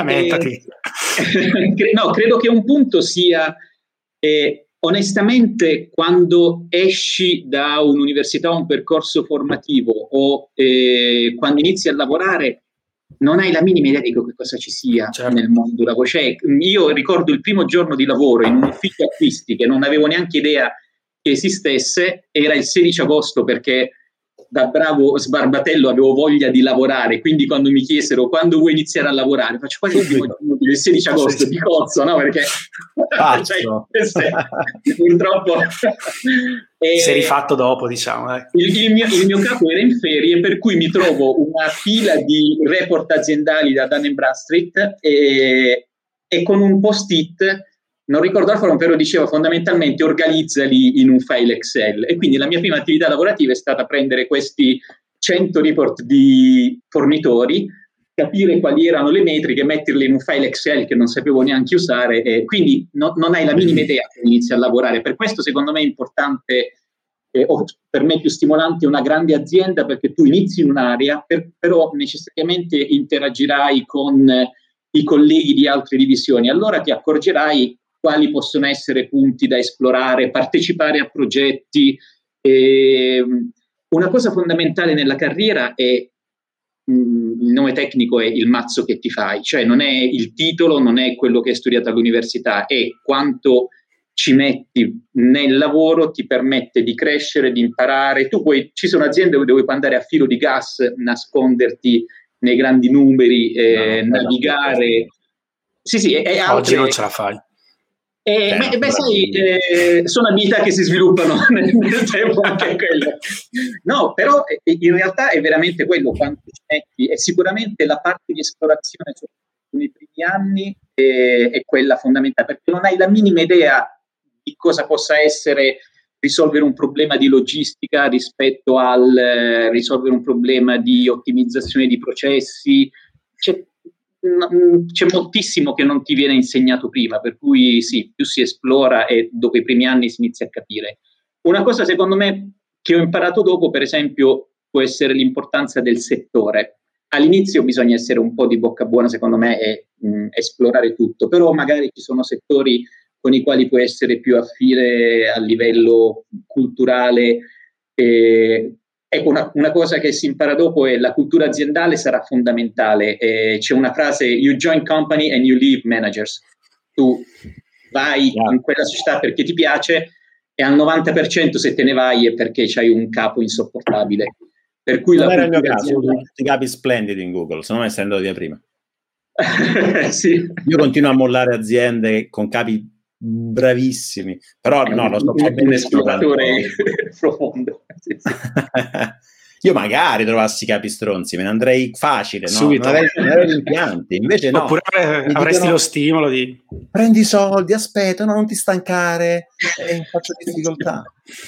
no, credo che un punto sia... onestamente, quando esci da un'università o un percorso formativo o quando inizi a lavorare, non hai la minima idea di che cosa ci sia nel mondo lavoro. Cioè, io ricordo il primo giorno di lavoro in un ufficio acquisti che non avevo neanche idea che esistesse, era il 16 agosto, perché da bravo sbarbatello avevo voglia di lavorare, quindi quando mi chiesero quando vuoi iniziare a lavorare, faccio quasi il primo giorno del 16 agosto di cozzo, no? Perché purtroppo si è rifatto dopo, diciamo. Il mio capo era in ferie, per cui mi trovo una fila di report aziendali da Dun & Bradstreet e con un post-it, non ricordo la forma, però diceva fondamentalmente organizzali in un file Excel. E quindi la mia prima attività lavorativa è stata prendere questi 100 report di fornitori, capire quali erano le metriche, metterle in un file Excel che non sapevo neanche usare, e quindi non hai la minima idea quando inizi a lavorare. Per questo secondo me è importante, o per me più stimolante, una grande azienda, perché tu inizi in un'area, però necessariamente interagirai con i colleghi di altre divisioni, allora ti accorgerai quali possono essere punti da esplorare, partecipare a progetti. Una cosa fondamentale nella carriera è il nome tecnico, è il mazzo che ti fai, cioè non è il titolo, non è quello che hai studiato all'università, è quanto ci metti nel lavoro, ti permette di crescere, di imparare. Ci sono aziende dove puoi andare a filo di gas, nasconderti nei grandi numeri, navigare. Sì, e oggi non ce la fai. Sono abilità che si sviluppano nel tempo, anche quello. No, però in realtà è veramente quello, quanto ci metti, e sicuramente la parte di esplorazione nei primi anni è quella fondamentale, perché non hai la minima idea di cosa possa essere risolvere un problema di logistica rispetto al risolvere un problema di ottimizzazione di processi. C'è moltissimo che non ti viene insegnato prima, per cui sì, più si esplora e dopo i primi anni si inizia a capire. Una cosa secondo me che ho imparato dopo, per esempio, può essere l'importanza del settore. All'inizio bisogna essere un po' di bocca buona, secondo me, e esplorare tutto, però magari ci sono settori con i quali puoi essere più affine a livello culturale. Ecco, una cosa che si impara dopo è la cultura aziendale sarà fondamentale. C'è una frase: you join company and you leave managers. Tu vai in quella società perché ti piace e al 90% se te ne vai è perché c'hai un capo insopportabile. Per cui non era il mio caso, io ho tutti i capi splendidi in Google, se no me essendo via prima. Sì. Io continuo a mollare aziende con capi bravissimi, però no, lo so, un esploratore profondo. Sì. Io magari trovassi capi stronzi, me ne andrei facile, subito. Non avrei impianti, invece no. Oppure avresti lo stimolo di prendi i soldi, aspetta, no, non ti stancare, faccio difficoltà.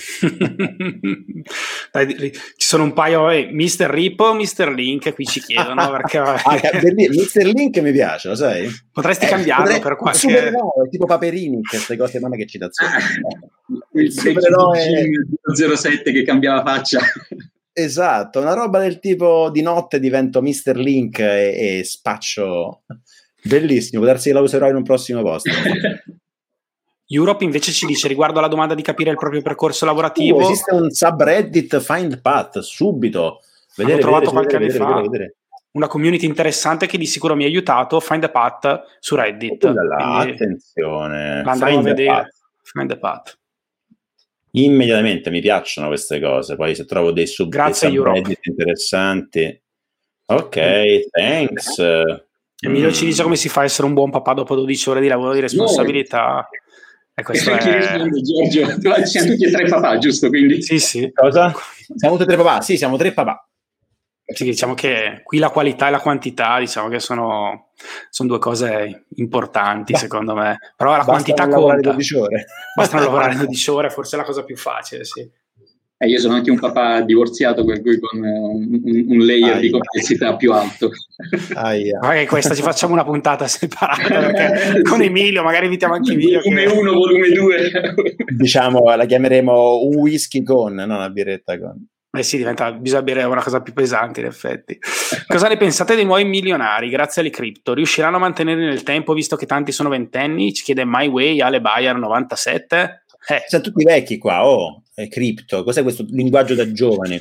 Dai, ci sono un paio, Mr. Rip o Mr. Link qui ci chiedono perché Mr. Link mi piace, lo sai? Potresti cambiarlo per qualche supereroe, tipo Paperini, queste cose, non è che citazioni. Il supereroe 07 che cambiava faccia. Esatto, una roba del tipo di notte divento Mr. Link e spaccio. Bellissimo, potersi la userò in un prossimo posto. Europe invece ci dice, riguardo alla domanda di capire il proprio percorso lavorativo, esiste un subreddit Find Path, subito. L'ho trovato qualche anno fa. Una community interessante che di sicuro mi ha aiutato, Find the Path su Reddit. Attenzione, andremo a vedere. Find the Path. Immediatamente mi piacciono queste cose, poi se trovo dei subreddit interessanti. Ok, thanks. Emilio ci dice come si fa a essere un buon papà dopo 12 ore di lavoro di responsabilità. E questo chi risponde, Giorgio? Siamo tutti e tre papà, giusto? Quindi sì. Cosa? Siamo tutti e tre papà? Sì, siamo tre papà. Sì, diciamo che qui la qualità e la quantità, diciamo che sono due cose importanti, secondo me. Però la quantità conta. Basta lavorare 12 ore, forse è la cosa più facile, sì. Io sono anche un papà divorziato, per cui con un layer di complessità più alto. Magari questa ci facciamo una puntata separata, perché con Emilio magari invitiamo anche Emilio. Volume 1, volume 2. Diciamo, la chiameremo un whisky con, non una birretta con. Sì, bisogna bere una cosa più pesante, in effetti. Cosa ne pensate dei nuovi milionari grazie alle cripto? Riusciranno a mantenerli nel tempo, visto che tanti sono ventenni? Ci chiede My Way, Ale Bayer 97. Sono tutti vecchi qua, cripto, cos'è questo linguaggio da giovani?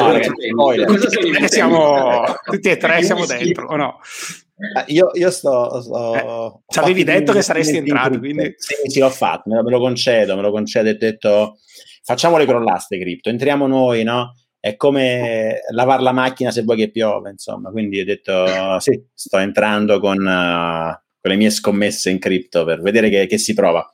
Siamo tutti e tre, siamo dentro, o no? Io sto ci avevi detto che saresti entrato, quindi sì, l'ho fatto, me lo concedo, ho detto facciamo le crollaste cripto, entriamo noi, no? È come lavare la macchina se vuoi che piove, insomma, quindi ho detto sì, sto entrando con le mie scommesse in cripto per vedere che si prova.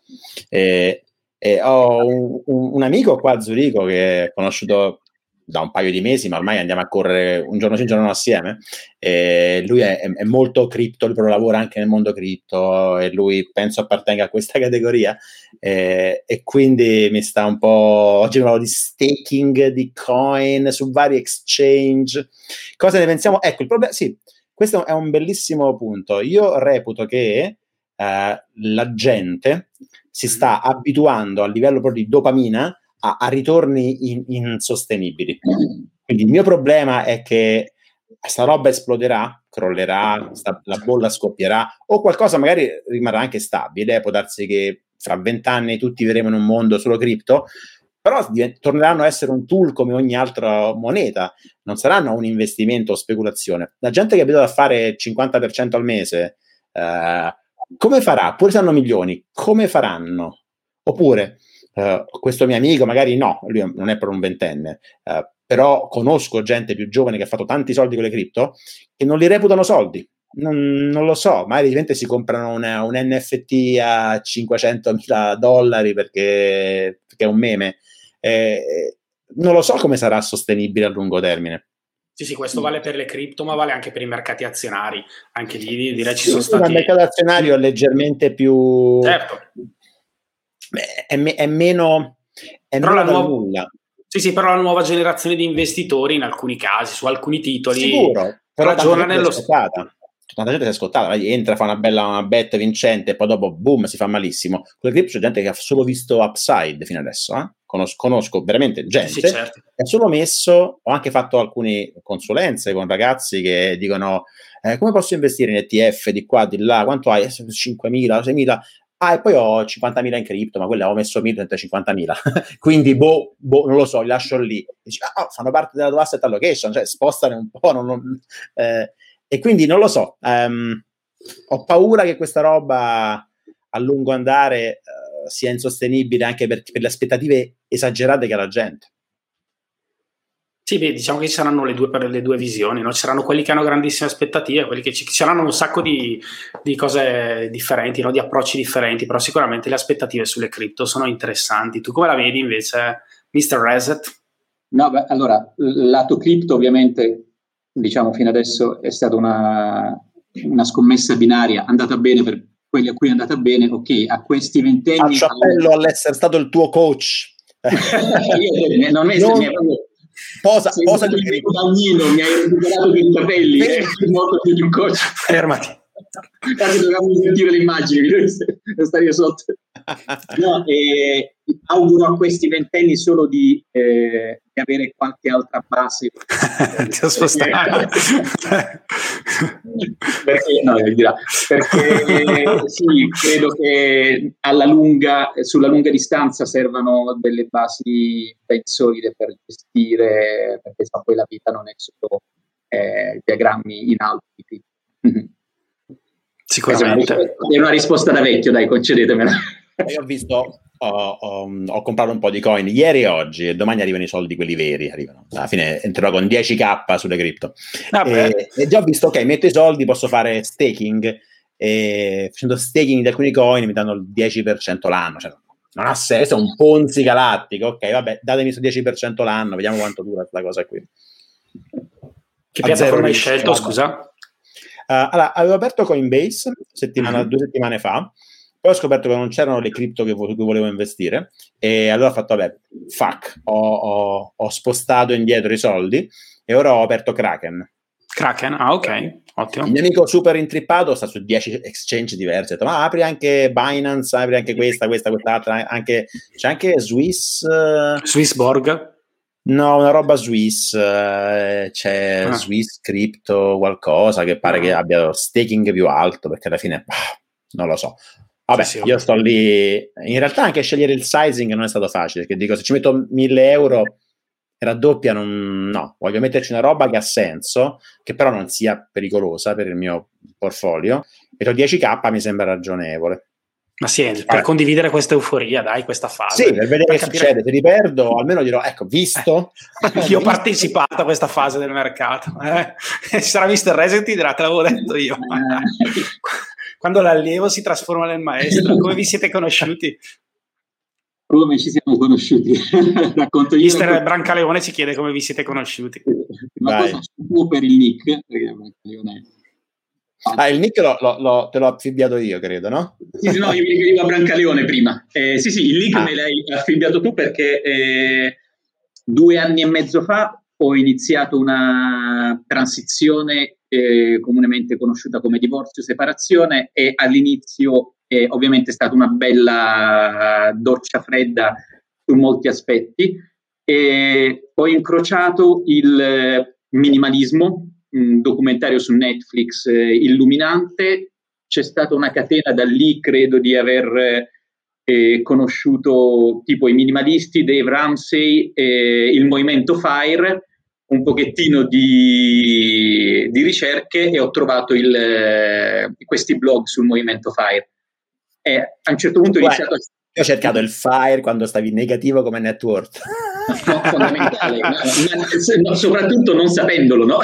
Ho un amico qua a Zurigo che ho conosciuto da un paio di mesi, ma ormai andiamo a correre un giorno sì, un giorno no assieme. Lui è molto cripto, lui però lavora anche nel mondo cripto e lui penso appartenga a questa categoria e quindi mi sta un po'. Oggi parlo di staking di coin su vari exchange. Cosa ne pensiamo? Ecco, il problema, sì, questo è un bellissimo punto. Io reputo che la gente si sta abituando a livello proprio di dopamina a ritorni insostenibili. Quindi il mio problema è che sta roba esploderà, crollerà, la bolla scoppierà, o qualcosa magari rimarrà anche stabile. Può darsi che fra 20 anni tutti vivremo in un mondo solo cripto, però torneranno a essere un tool come ogni altra moneta, non saranno un investimento o speculazione. La gente che è abituata a fare il 50% al mese, come farà? Pure se hanno milioni, come faranno? Oppure questo mio amico, magari no, lui non è proprio un ventenne, però conosco gente più giovane che ha fatto tanti soldi con le cripto che non li reputano soldi. Non lo so, magari si comprano un NFT a $500,000 perché è un meme. Non lo so come sarà sostenibile a lungo termine. Sì, questo vale per le cripto, ma vale anche per i mercati azionari. Anche lì direi ci sono stati... Il mercato azionario è leggermente più... Certo. È meno da nulla. Sì, però la nuova generazione di investitori in alcuni casi, su alcuni titoli... Sicuro, però ragiona nello... Tanta gente si è scottata, entra, fa una bet vincente e poi dopo boom si fa malissimo. Con le cripto c'è gente che ha solo visto upside fino adesso, conosco veramente gente certo. che ha solo messo, ho anche fatto alcune consulenze con ragazzi che dicono come posso investire in ETF di qua, di là, quanto hai? 5.000, 6.000, e poi ho 50.000 in cripto, ma quella ho messo 1.050.000 quindi non lo so, li lascio lì. Dici, fanno parte della tua asset allocation, cioè spostane un po', e quindi non lo so, ho paura che questa roba a lungo andare sia insostenibile anche per le aspettative esagerate che ha la gente. Sì, diciamo che ci saranno le due visioni, no? Ci saranno quelli che hanno grandissime aspettative, quelli che ci saranno un sacco di cose differenti, no? Di approcci differenti, però sicuramente le aspettative sulle cripto sono interessanti. Tu come la vedi invece, Mr. Reset? No, allora, lato cripto ovviamente, diciamo fino adesso è stata una scommessa binaria, andata bene per quelli a cui è andata bene, ok, a questi ventenni... Faccio appello all'essere stato il tuo coach. Posa il cripto. Bagnino, mi hai recuperato i capelli, molto più di un coach. Fermati. Quasi dovevamo invertire le immagini, stare sotto. No, auguro a questi ventenni solo di avere qualche altra base. Ti ho spostato. Perché sì, credo che sulla lunga distanza servano delle basi ben solide per gestire, perché poi la vita non è solo diagrammi in alto. Sicuramente. È una risposta da vecchio, dai, concedetemela. Io ho visto, ho comprato un po' di coin ieri e oggi, e domani arrivano i soldi, quelli veri, arrivano. Alla fine entrerò con 10k sulle cripto. E già ho visto, ok, metto i soldi, posso fare staking, e facendo staking di alcuni coin mi danno il 10% l'anno, cioè non ha senso, è un Ponzi galattico. Ok, vabbè, datemi questo 10% l'anno, vediamo quanto dura questa cosa qui. Che piattaforma hai scelto, scusa? Allora, avevo aperto Coinbase 2 settimane fa, poi ho scoperto che non c'erano le cripto che volevo investire, e allora ho fatto, ho spostato indietro i soldi e ora ho aperto Kraken, ok, ottimo. Il mio amico super intrippato sta su 10 exchange diversi, ho detto, ma apri anche Binance, apri anche quest'altra, c'è anche Swissborg. No, una roba Swiss, c'è Swiss Crypto qualcosa che pare che abbia lo staking più alto, perché alla fine non lo so. Vabbè, sì, io sto lì. In realtà anche scegliere il sizing non è stato facile, perché dico, se ci metto 1.000 euro e raddoppia, no, voglio metterci una roba che ha senso, che però non sia pericolosa per il mio portfolio, e 10k mi sembra ragionevole. Ma sì, per condividere questa euforia, dai, questa fase. Sì, per vedere che succede. Se li perdo, almeno dirò, ecco, visto. Io ho partecipato a questa fase del mercato. Ci sarà Mr. Reset, ti dirà, te l'avevo detto io. Quando l'allievo si trasforma nel maestro. Come vi siete conosciuti? Come ci siamo conosciuti? Racconto io. Mr. Brancaleone ci chiede come vi siete conosciuti. Ma cosa fu per il nick? Perché Brancaleone il nick te l'ho affibbiato io, credo, no? Sì, no, io mi riferivo a Brancaleone prima. Sì, il nick me l'hai affibbiato tu perché 2 anni e mezzo fa ho iniziato una transizione comunemente conosciuta come divorzio-separazione, e all'inizio ovviamente è stata una bella doccia fredda su molti aspetti. Ho incrociato il minimalismo, un documentario su Netflix illuminante. C'è stata una catena, da lì credo di aver conosciuto tipo i minimalisti, Dave Ramsey, il movimento FIRE, un pochettino di ricerche, e ho trovato questi blog sul movimento FIRE. A un certo punto ho iniziato Io ho cercato il FIRE quando stavi negativo come network. No, fondamentale, no, soprattutto non sapendolo, no?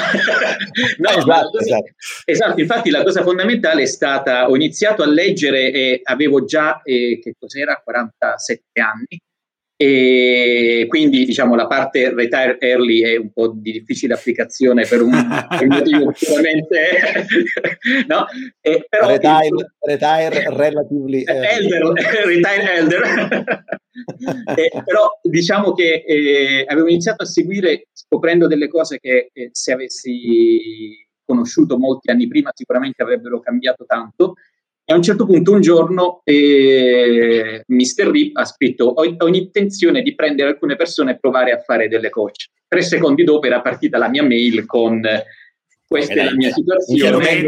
Esatto, infatti la cosa fondamentale è stata, ho iniziato a leggere e avevo già, che cos'era, 47 anni, e quindi diciamo la parte retire early è un po' di difficile applicazione per un motivo puramente no? Però retire relatively retire elder però diciamo che avevo iniziato a seguire, scoprendo delle cose che se avessi conosciuto molti anni prima sicuramente avrebbero cambiato tanto. E a un certo punto un giorno Mr. Rip ha scritto: ho intenzione di prendere alcune persone e provare a fare delle coach. 3 secondi dopo era partita la mia mail con questa è la mia situazione.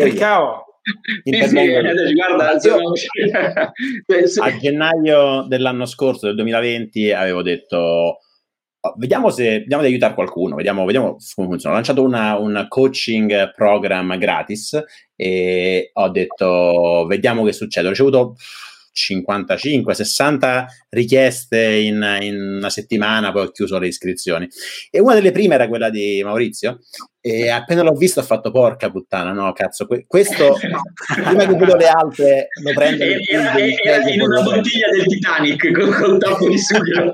A gennaio dell'anno scorso, del 2020, avevo detto vediamo di aiutare qualcuno, vediamo come funziona. Ho lanciato un coaching program gratis e ho detto vediamo che succede. Ho ricevuto 55-60 richieste in una settimana, poi ho chiuso le iscrizioni, e una delle prime era quella di Maurizio, e appena l'ho visto ho fatto porca puttana, no cazzo, questo prima che vedo le altre lo prendo era in una bottiglia del Titanic col tappo di sughero.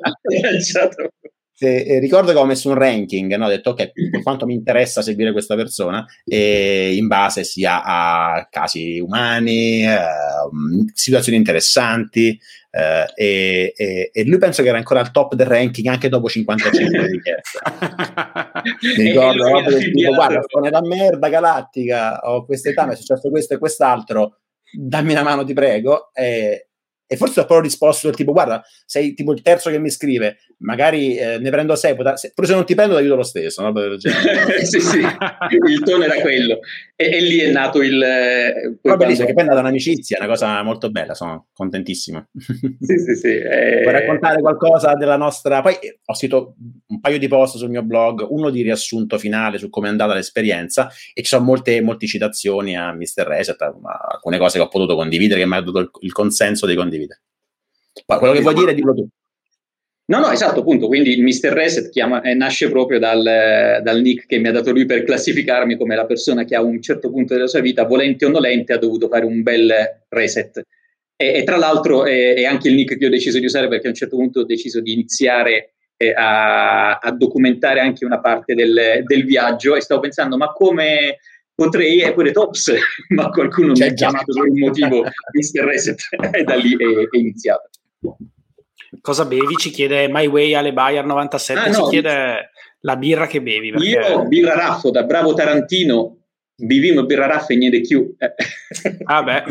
Ricordo che ho messo un ranking, no? Ho detto ok, per quanto mi interessa seguire questa persona, in base sia a casi umani, situazioni interessanti, e lui penso che era ancora al top del ranking anche dopo 55 richieste. Mi ricordo tipo, guarda, sono da merda galattica, ho questa età, mi è successo questo e quest'altro, dammi una mano ti prego, e forse ho proprio risposto del tipo guarda, sei tipo il terzo che mi scrive, magari ne prendo 6, pure se non ti prendo ti aiuto lo stesso, no? sì, il tono era quello, e lì è nato però bellissimo, che poi è nata un'amicizia, una cosa molto bella, sono contentissimo. sì. Vuoi raccontare qualcosa della nostra, poi ho scritto un paio di post sul mio blog, uno di riassunto finale su come è andata l'esperienza, e ci sono molte citazioni a Mr. Reset, alcune cose che ho potuto condividere, che mi ha dato il consenso di condividere. Ma quello che vuoi dire, dillo tu. No, esatto, appunto, quindi il Mr. Reset nasce proprio dal nick che mi ha dato lui per classificarmi come la persona che a un certo punto della sua vita, volente o nolente, ha dovuto fare un bel reset. E tra l'altro è anche il nick che ho deciso di usare perché a un certo punto ho deciso di iniziare a documentare anche una parte del viaggio, e stavo pensando ma come potrei, e poi ho detto ops, ma qualcuno mi ha chiamato per un motivo Mr. Reset, e da lì è iniziato. Cosa bevi? Ci chiede My Way Ale Bayer 97, ci chiede la birra che bevi. Perché... Io birra raffo, da bravo Tarantino, vivimo birra raffo e niente più. Beh,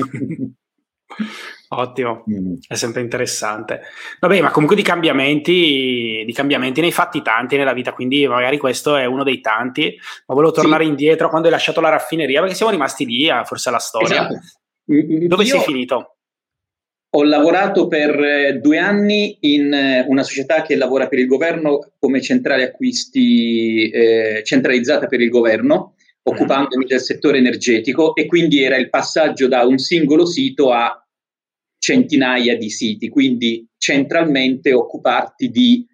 ottimo, è sempre interessante. Vabbè, ma comunque di cambiamenti ne hai fatti tanti nella vita, quindi magari questo è uno dei tanti, ma volevo tornare indietro quando hai lasciato la raffineria, perché siamo rimasti lì, forse alla storia. Esatto. Dove sei finito? Ho lavorato per 2 anni in una società che lavora per il governo come centrale acquisti centralizzata per il governo, occupandomi del settore energetico, e quindi era il passaggio da un singolo sito a centinaia di siti, quindi centralmente occuparti di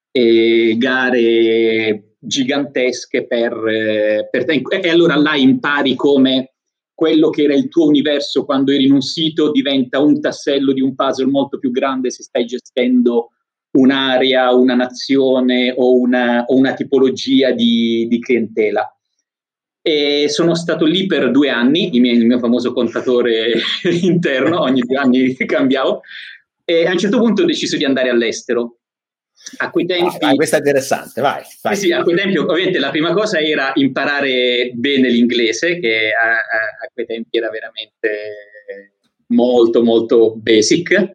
gare gigantesche per te. E allora là impari come quello che era il tuo universo quando eri in un sito diventa un tassello di un puzzle molto più grande se stai gestendo un'area, una nazione o una tipologia di clientela. E sono stato lì per 2 anni, il mio famoso contatore interno, ogni 2 anni cambiavo, e a un certo punto ho deciso di andare all'estero. A quei tempi... Vai, questo è interessante, vai. Sì, a quei tempi ovviamente la prima cosa era imparare bene l'inglese, che a quei tempi era veramente molto, molto basic.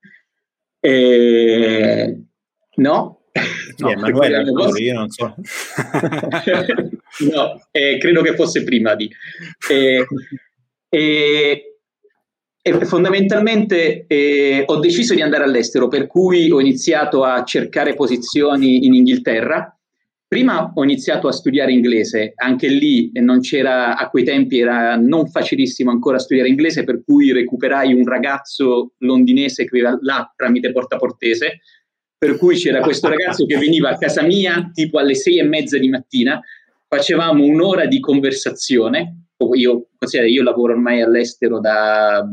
No? No, Emanuele, io non so. No, credo che fosse prima di... E fondamentalmente ho deciso di andare all'estero, per cui ho iniziato a cercare posizioni in Inghilterra. Prima ho iniziato a studiare inglese, anche lì non c'era, a quei tempi era non facilissimo ancora studiare inglese, per cui recuperai un ragazzo londinese che veniva là tramite Portaportese, per cui c'era questo ragazzo che veniva a casa mia tipo alle 6:30 di mattina, facevamo un'ora di conversazione. Io lavoro ormai all'estero da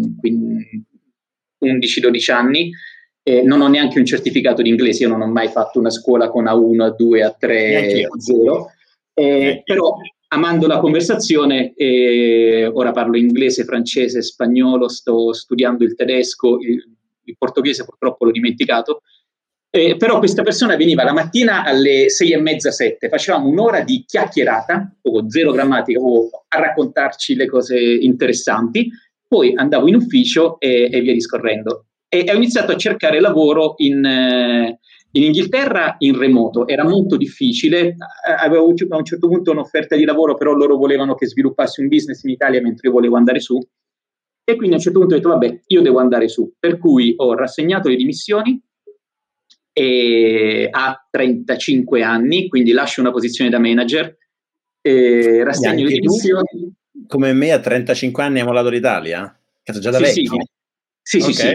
11-12 anni, non ho neanche un certificato di inglese, io non ho mai fatto una scuola con A1, A2, A3, A0, però amando la conversazione, ora parlo inglese, francese, spagnolo, sto studiando il tedesco, il portoghese purtroppo l'ho dimenticato. Però questa persona veniva la mattina alle 6:30, 7, facevamo un'ora di chiacchierata, o zero grammatica, o a raccontarci le cose interessanti, poi andavo in ufficio e via discorrendo. E ho iniziato a cercare lavoro in Inghilterra in remoto, era molto difficile, avevo a un certo punto un'offerta di lavoro, però loro volevano che sviluppassi un business in Italia mentre io volevo andare su, e quindi a un certo punto ho detto vabbè, io devo andare su, per cui ho rassegnato le dimissioni, e a 35 anni, quindi lascio una posizione da manager, rassegno le dimissioni. Come me a 35 anni hai mollato l'Italia? Che già da vecchio? Sì,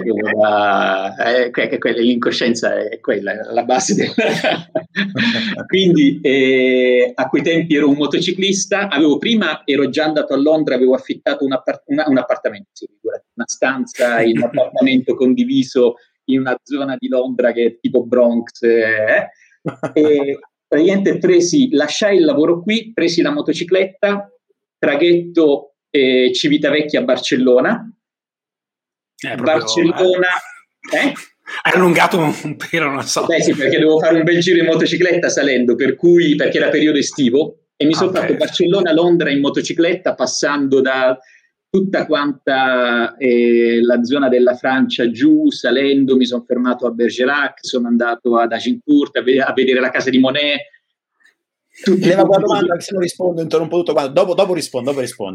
l'incoscienza è quella, la base Quindi a quei tempi ero un motociclista, ero già andato a Londra, avevo affittato un appartamento, una stanza in un appartamento condiviso in una zona di Londra che è tipo Bronx, e praticamente lasciai il lavoro qui, presi la motocicletta, traghetto Civitavecchia a Barcellona. Barcellona hai allungato un pelo, non so. Beh sì, perché devo fare un bel giro in motocicletta salendo, perché era periodo estivo, e mi sono fatto Barcellona-Londra in motocicletta, passando da tutta quanta la zona della Francia giù, salendo, mi sono fermato a Bergerac, sono andato ad Agincourt a vedere la casa di Monet. Leva quella domanda, se non rispondo interrompo tutto quanto. Dopo rispondo.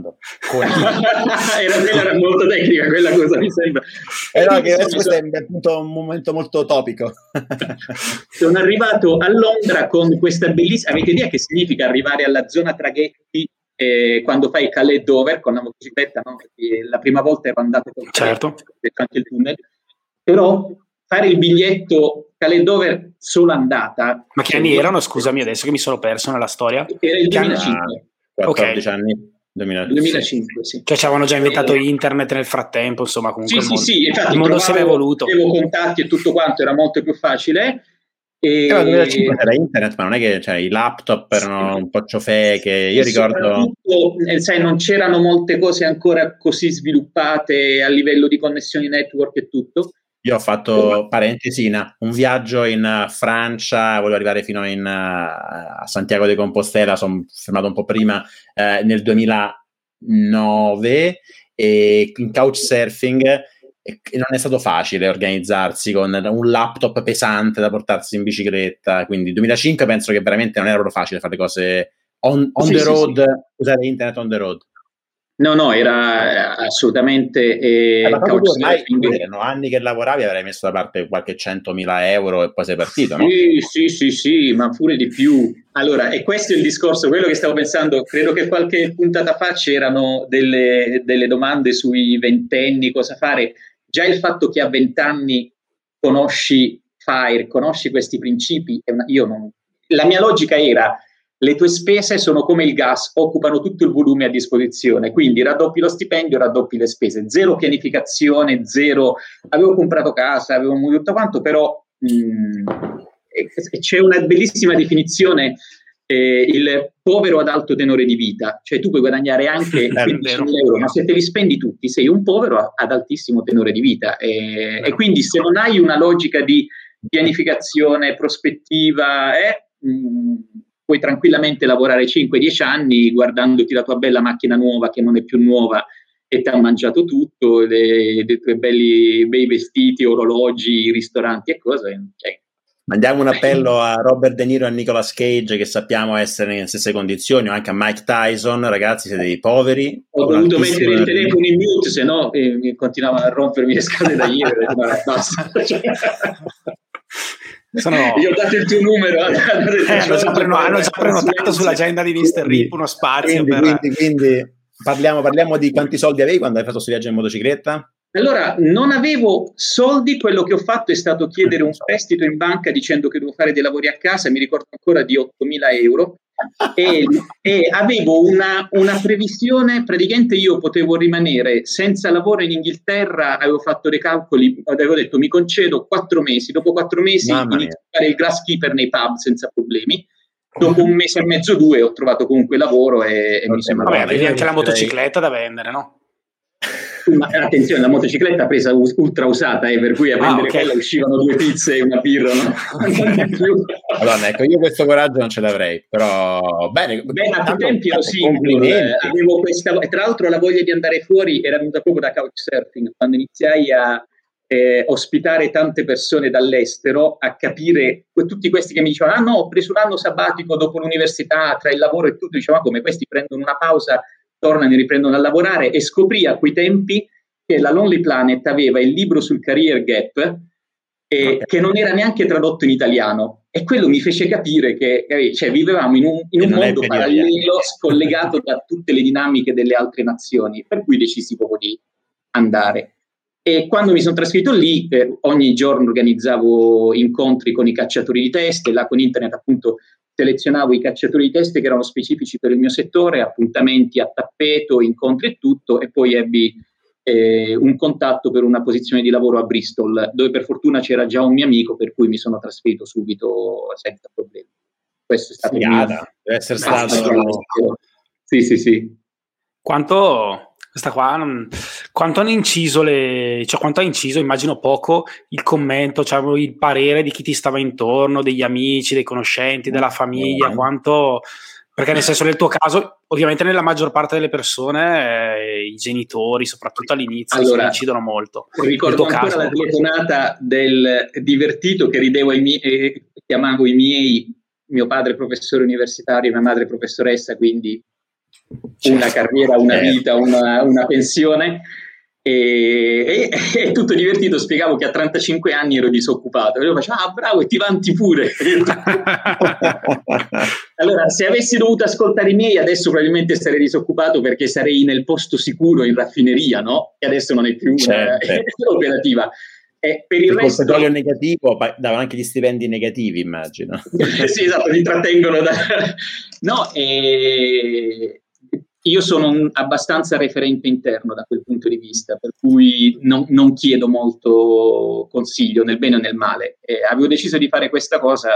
Era molto tecnica quella cosa, mi sembra. Questo è appunto un momento molto topico. Sono arrivato a Londra con questa bellissima... Avete idea che significa arrivare alla zona traghetti quando fai Calais-Dover con la motocicletta? No? La prima volta ero andato con anche il tunnel, però fare il biglietto Calais-Dover solo andata. Ma che anni erano? Scusami, adesso che mi sono perso nella storia. Era il 2005. 14 anni. 2005, sì. Cioè ci avevano già inventato internet nel frattempo, insomma, comunque sì, infatti il mondo si è evoluto. Avevo contatti e tutto quanto, era molto più facile. Nel 2005 c'era internet, ma non è che i laptop erano un po' ciofeche. Io ricordo, sai, non c'erano molte cose ancora così sviluppate a livello di connessioni network e tutto. Io ho fatto, parentesi, un viaggio in Francia, volevo arrivare fino a Santiago de Compostela, sono fermato un po' prima, nel 2009, e in couchsurfing, e non è stato facile organizzarsi con un laptop pesante da portarsi in bicicletta, quindi nel 2005 penso che veramente non era proprio facile fare cose on the road, usare internet on the road. No, era assolutamente ormai erano anni che lavoravi, avrei messo da parte qualche 100.000 euro e poi sei partito, no? Sì, ma pure di più. Allora, e questo è il discorso, quello che stavo pensando, credo che qualche puntata fa c'erano delle domande sui ventenni, cosa fare. Già il fatto che a 20 anni conosci FIRE, conosci questi principi, la mia logica era: le tue spese sono come il gas, occupano tutto il volume a disposizione, quindi raddoppi lo stipendio, raddoppi le spese, zero pianificazione, zero, avevo comprato casa, avevo tutto quanto, però c'è una bellissima definizione, il povero ad alto tenore di vita, cioè tu puoi guadagnare anche 15.000 euro, ma se te li spendi tutti sei un povero ad altissimo tenore di vita, e quindi se non hai una logica di pianificazione, prospettiva, puoi tranquillamente lavorare 5-10 anni guardandoti la tua bella macchina nuova che non è più nuova e ti ha mangiato tutto, dei tuoi bei vestiti, orologi, ristoranti e cose. Mandiamo un appello a Robert De Niro e a Nicolas Cage, che sappiamo essere nelle stesse condizioni, o anche a Mike Tyson. Ragazzi, siete dei poveri. Ho dovuto mettere il telefono in mute, se no continuavano a rompermi le scale da ieri. Io ho dato il tuo numero. Hanno già prenotato sull'agenda di Mr. Rip uno spazio. Quindi parliamo di quanti soldi avevi quando hai fatto questo viaggio in motocicletta? Allora, non avevo soldi, quello che ho fatto è stato chiedere un prestito in banca dicendo che devo fare dei lavori a casa, mi ricordo ancora di 8.000 euro, e avevo una previsione, praticamente io potevo rimanere senza lavoro in Inghilterra, avevo fatto dei calcoli, avevo detto mi concedo 4 mesi, dopo 4 mesi inizio a fare il grasskeeper nei pub senza problemi. Dopo 1 mese e mezzo, 2 ho trovato comunque lavoro e mi sembra... Vabbè, avevi anche la motocicletta da vendere, no? Ma attenzione, la motocicletta presa ultra usata, per cui a vendere quella uscivano 2 pizze e una birra, no? Allora, ecco, io questo coraggio non ce l'avrei, però bene. A quei tempi ero single, avevo questa, e tra l'altro la voglia di andare fuori era venuta proprio da couchsurfing, quando iniziai a ospitare tante persone dall'estero, a capire tutti questi che mi dicevano ho preso un anno sabbatico dopo l'università, tra il lavoro e tutto, dicevano come questi prendono una pausa, tornano e riprendono a lavorare, e scoprì a quei tempi che la Lonely Planet aveva il libro sul career gap che non era neanche tradotto in italiano, e quello mi fece capire che vivevamo in un mondo parallelo, scollegato da tutte le dinamiche delle altre nazioni, per cui decisi proprio di andare. E quando mi sono trasferito lì, ogni giorno organizzavo incontri con i cacciatori di teste, là con internet appunto selezionavo i cacciatori di teste che erano specifici per il mio settore, appuntamenti a tappeto, incontri e tutto, e poi ebbi un contatto per una posizione di lavoro a Bristol, dove per fortuna c'era già un mio amico, per cui mi sono trasferito subito senza problemi. Questo è stato deve essere stato... Sì. Quanto hanno inciso quanto ha inciso, immagino poco, il commento, il parere di chi ti stava intorno, degli amici, dei conoscenti, della famiglia, perché nel senso, nel tuo caso, ovviamente nella maggior parte delle persone i genitori, soprattutto all'inizio, incidono molto. Ricordo ancora la telefonata del divertito che ridevo chiamavo i miei, mio padre professore universitario, mia madre professoressa, quindi una carriera, una vita, una pensione, e tutto divertito spiegavo che a 35 anni ero disoccupato, e io facevo bravo, e ti vanti pure. Allora, se avessi dovuto ascoltare i miei, adesso probabilmente sarei disoccupato, perché sarei nel posto sicuro in raffineria, no? E adesso non è più operativa. Per il resto, petrolio negativo dava anche gli stipendi negativi, immagino. Sì, esatto, li trattengono io sono abbastanza referente interno da quel punto di vista, per cui non chiedo molto consiglio nel bene o nel male. Avevo deciso di fare questa cosa,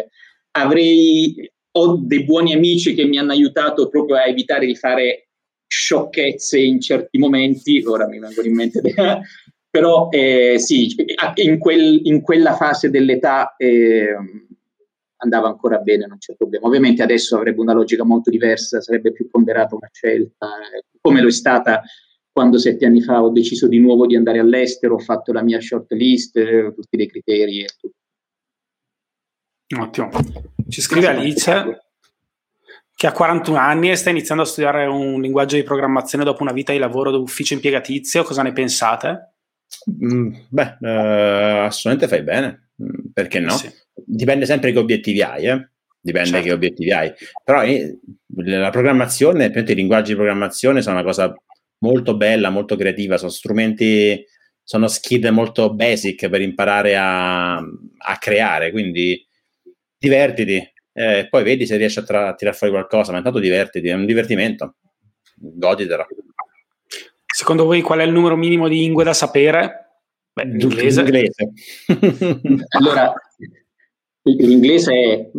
ho dei buoni amici che mi hanno aiutato proprio a evitare di fare sciocchezze in certi momenti, ora mi vengono in mente però sì, in quella fase dell'età andava ancora bene, non c'è problema. Ovviamente adesso avrebbe una logica molto diversa, sarebbe più ponderata una scelta, come lo è stata quando 7 anni fa ho deciso di nuovo di andare all'estero, ho fatto la mia short list, tutti dei criteri e tutto. Ottimo. Ci scrive Alice che ha 41 anni e sta iniziando a studiare un linguaggio di programmazione dopo una vita di lavoro d'ufficio impiegatizio. Cosa ne pensate? Assolutamente fai bene, perché no? Sì. Dipende sempre che obiettivi hai, dipende che obiettivi hai, però la programmazione, i linguaggi di programmazione sono una cosa molto bella, molto creativa, sono strumenti, sono skill molto basic per imparare a creare, quindi divertiti, poi vedi se riesci a tirare fuori qualcosa, ma intanto divertiti, è un divertimento, goditelo. Secondo voi qual è il numero minimo di lingue da sapere? L'inglese. Allora, l'inglese è,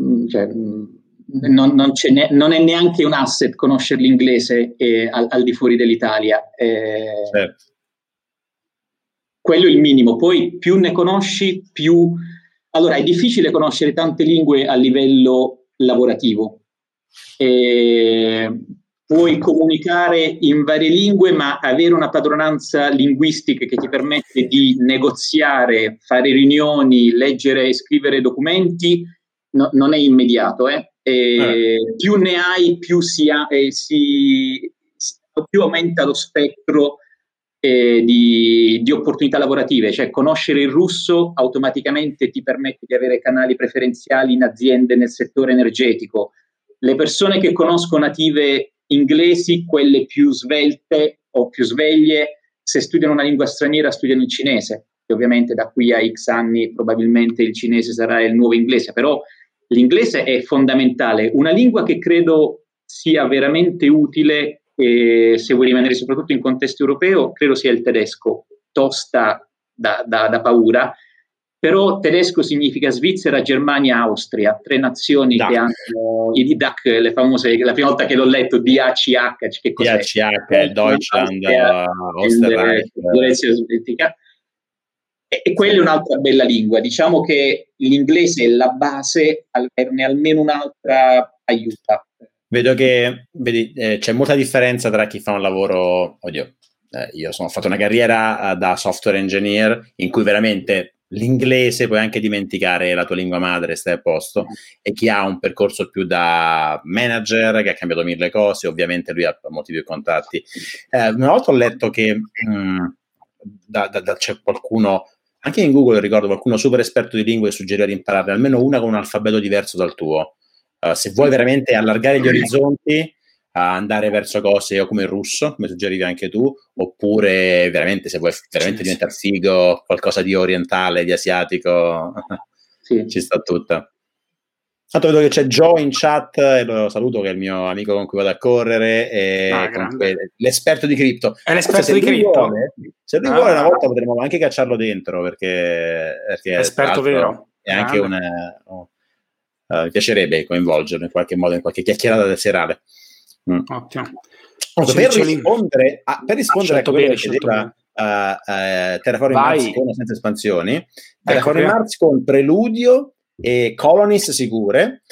non è neanche un asset conoscere l'inglese al di fuori dell'Italia. Certo. Quello è il minimo. Poi più ne conosci, più Allora, è difficile conoscere tante lingue a livello lavorativo. Puoi comunicare in varie lingue, ma avere una padronanza linguistica che ti permette di negoziare, fare riunioni, leggere e scrivere documenti, non è immediato. Più ne hai, più più aumenta lo spettro di opportunità lavorative. Cioè, conoscere il russo automaticamente ti permette di avere canali preferenziali in aziende nel settore energetico. Le persone che conosco native inglesi, quelle più svelte o più sveglie, se studiano una lingua straniera studiano il cinese, e ovviamente da qui a X anni probabilmente il cinese sarà il nuovo inglese, però l'inglese è fondamentale. Una lingua che credo sia veramente utile, se vuoi rimanere soprattutto in contesto europeo, credo sia il tedesco. Tosta da paura, però tedesco significa Svizzera, Germania, Austria, 3 nazioni che hanno i DAC, le famose, la prima volta che l'ho letto, DACH, che cos'è? DACH, Deutschland, Österreich. E quella è un'altra bella lingua. Diciamo che l'inglese è la base, averne almeno un'altra aiuta. Vedo che c'è molta differenza tra chi fa un lavoro, io ho fatto una carriera da software engineer in cui veramente l'inglese puoi anche dimenticare la tua lingua madre, stai a posto, e chi ha un percorso più da manager che ha cambiato 1000 cose, ovviamente lui ha molti più contatti. Una volta ho letto che c'è qualcuno, anche in Google ricordo qualcuno super esperto di lingue che suggeriva di imparare almeno una con un alfabeto diverso dal tuo. Se vuoi veramente allargare gli orizzonti, andare verso cose o come il russo, come suggerivi anche tu, oppure veramente se vuoi veramente diventare figo, qualcosa di orientale, di asiatico, ci sta tutta. Tanto vedo che c'è Joe in chat, e lo saluto, che è il mio amico con cui vado a correre, e l'esperto di cripto. È l'esperto di cripto? Se lui vuole, una volta potremmo anche cacciarlo dentro, perché è esperto vero. È anche mi piacerebbe coinvolgerlo in qualche modo, in qualche chiacchierata del serale. Ottimo. Per rispondere a quello che chiedeva Terraforming Mars con senza espansioni, Terraforming Mars con Preludio e Colonies sicure,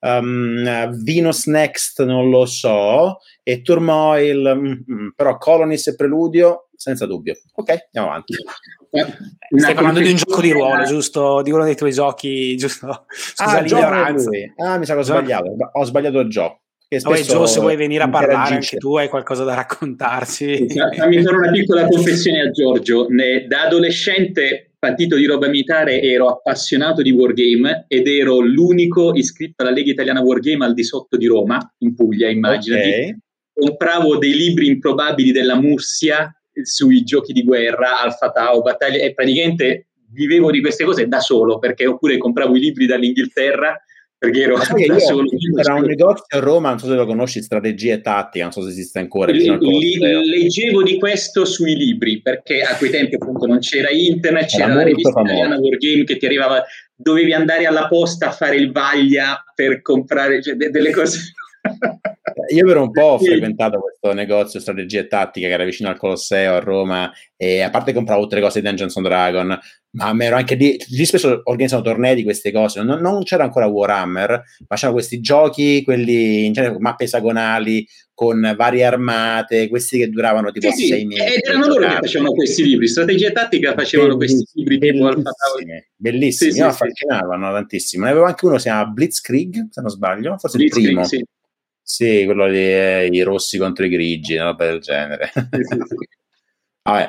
Venus Next non lo so, e Turmoil, però Colonies e Preludio senza dubbio. Ok, andiamo avanti. Stai parlando di un gioco di ruolo, giusto? Di uno dei tuoi giochi, giusto? Scusa l'ignoranza. Mi sa che ho sbagliato. Ho sbagliato Joe. Joe, se vuoi venire a parlare anche tu, hai qualcosa da raccontarci. Fammi fare una piccola confessione a Giorgio. Da adolescente, partito di roba militare, ero appassionato di wargame ed ero l'unico iscritto alla Lega Italiana Wargame al di sotto di Roma, in Puglia, immaginati. Okay. Compravo dei libri improbabili della Mursia sui giochi di guerra, Alfa Tau, battaglie, e praticamente vivevo di queste cose da solo, oppure compravo i libri dall'Inghilterra, perché ero da solo. Era un negozio a Roma, non so se lo conosci, Strategia e Tattica, non so se esiste ancora. Leggevo di questo sui libri, perché a quei tempi appunto non c'era internet, c'era la rivista italiana Wargame che ti arrivava, dovevi andare alla posta a fare il vaglia per comprare, cioè, delle cose. Io per un po' ho frequentato questo negozio Strategia e Tattica che era vicino al Colosseo a Roma, e a parte compravo tutte le cose di Dungeons & Dragons, ma ero anche lì spesso organizzano tornei di queste cose. Non c'era ancora Warhammer, ma c'erano questi giochi, quelli in genere mappe esagonali con varie armate, questi che duravano tipo 6 mesi. Ed erano loro che facevano questi libri, Strategia e Tattica facevano questi libri tipo bellissimi, mi affascinavano tantissimo. Ne avevo anche uno, si chiama Blitzkrieg, se non sbaglio, forse il primo. Sì, quello di i rossi contro i grigi, una roba del genere. Vabbè.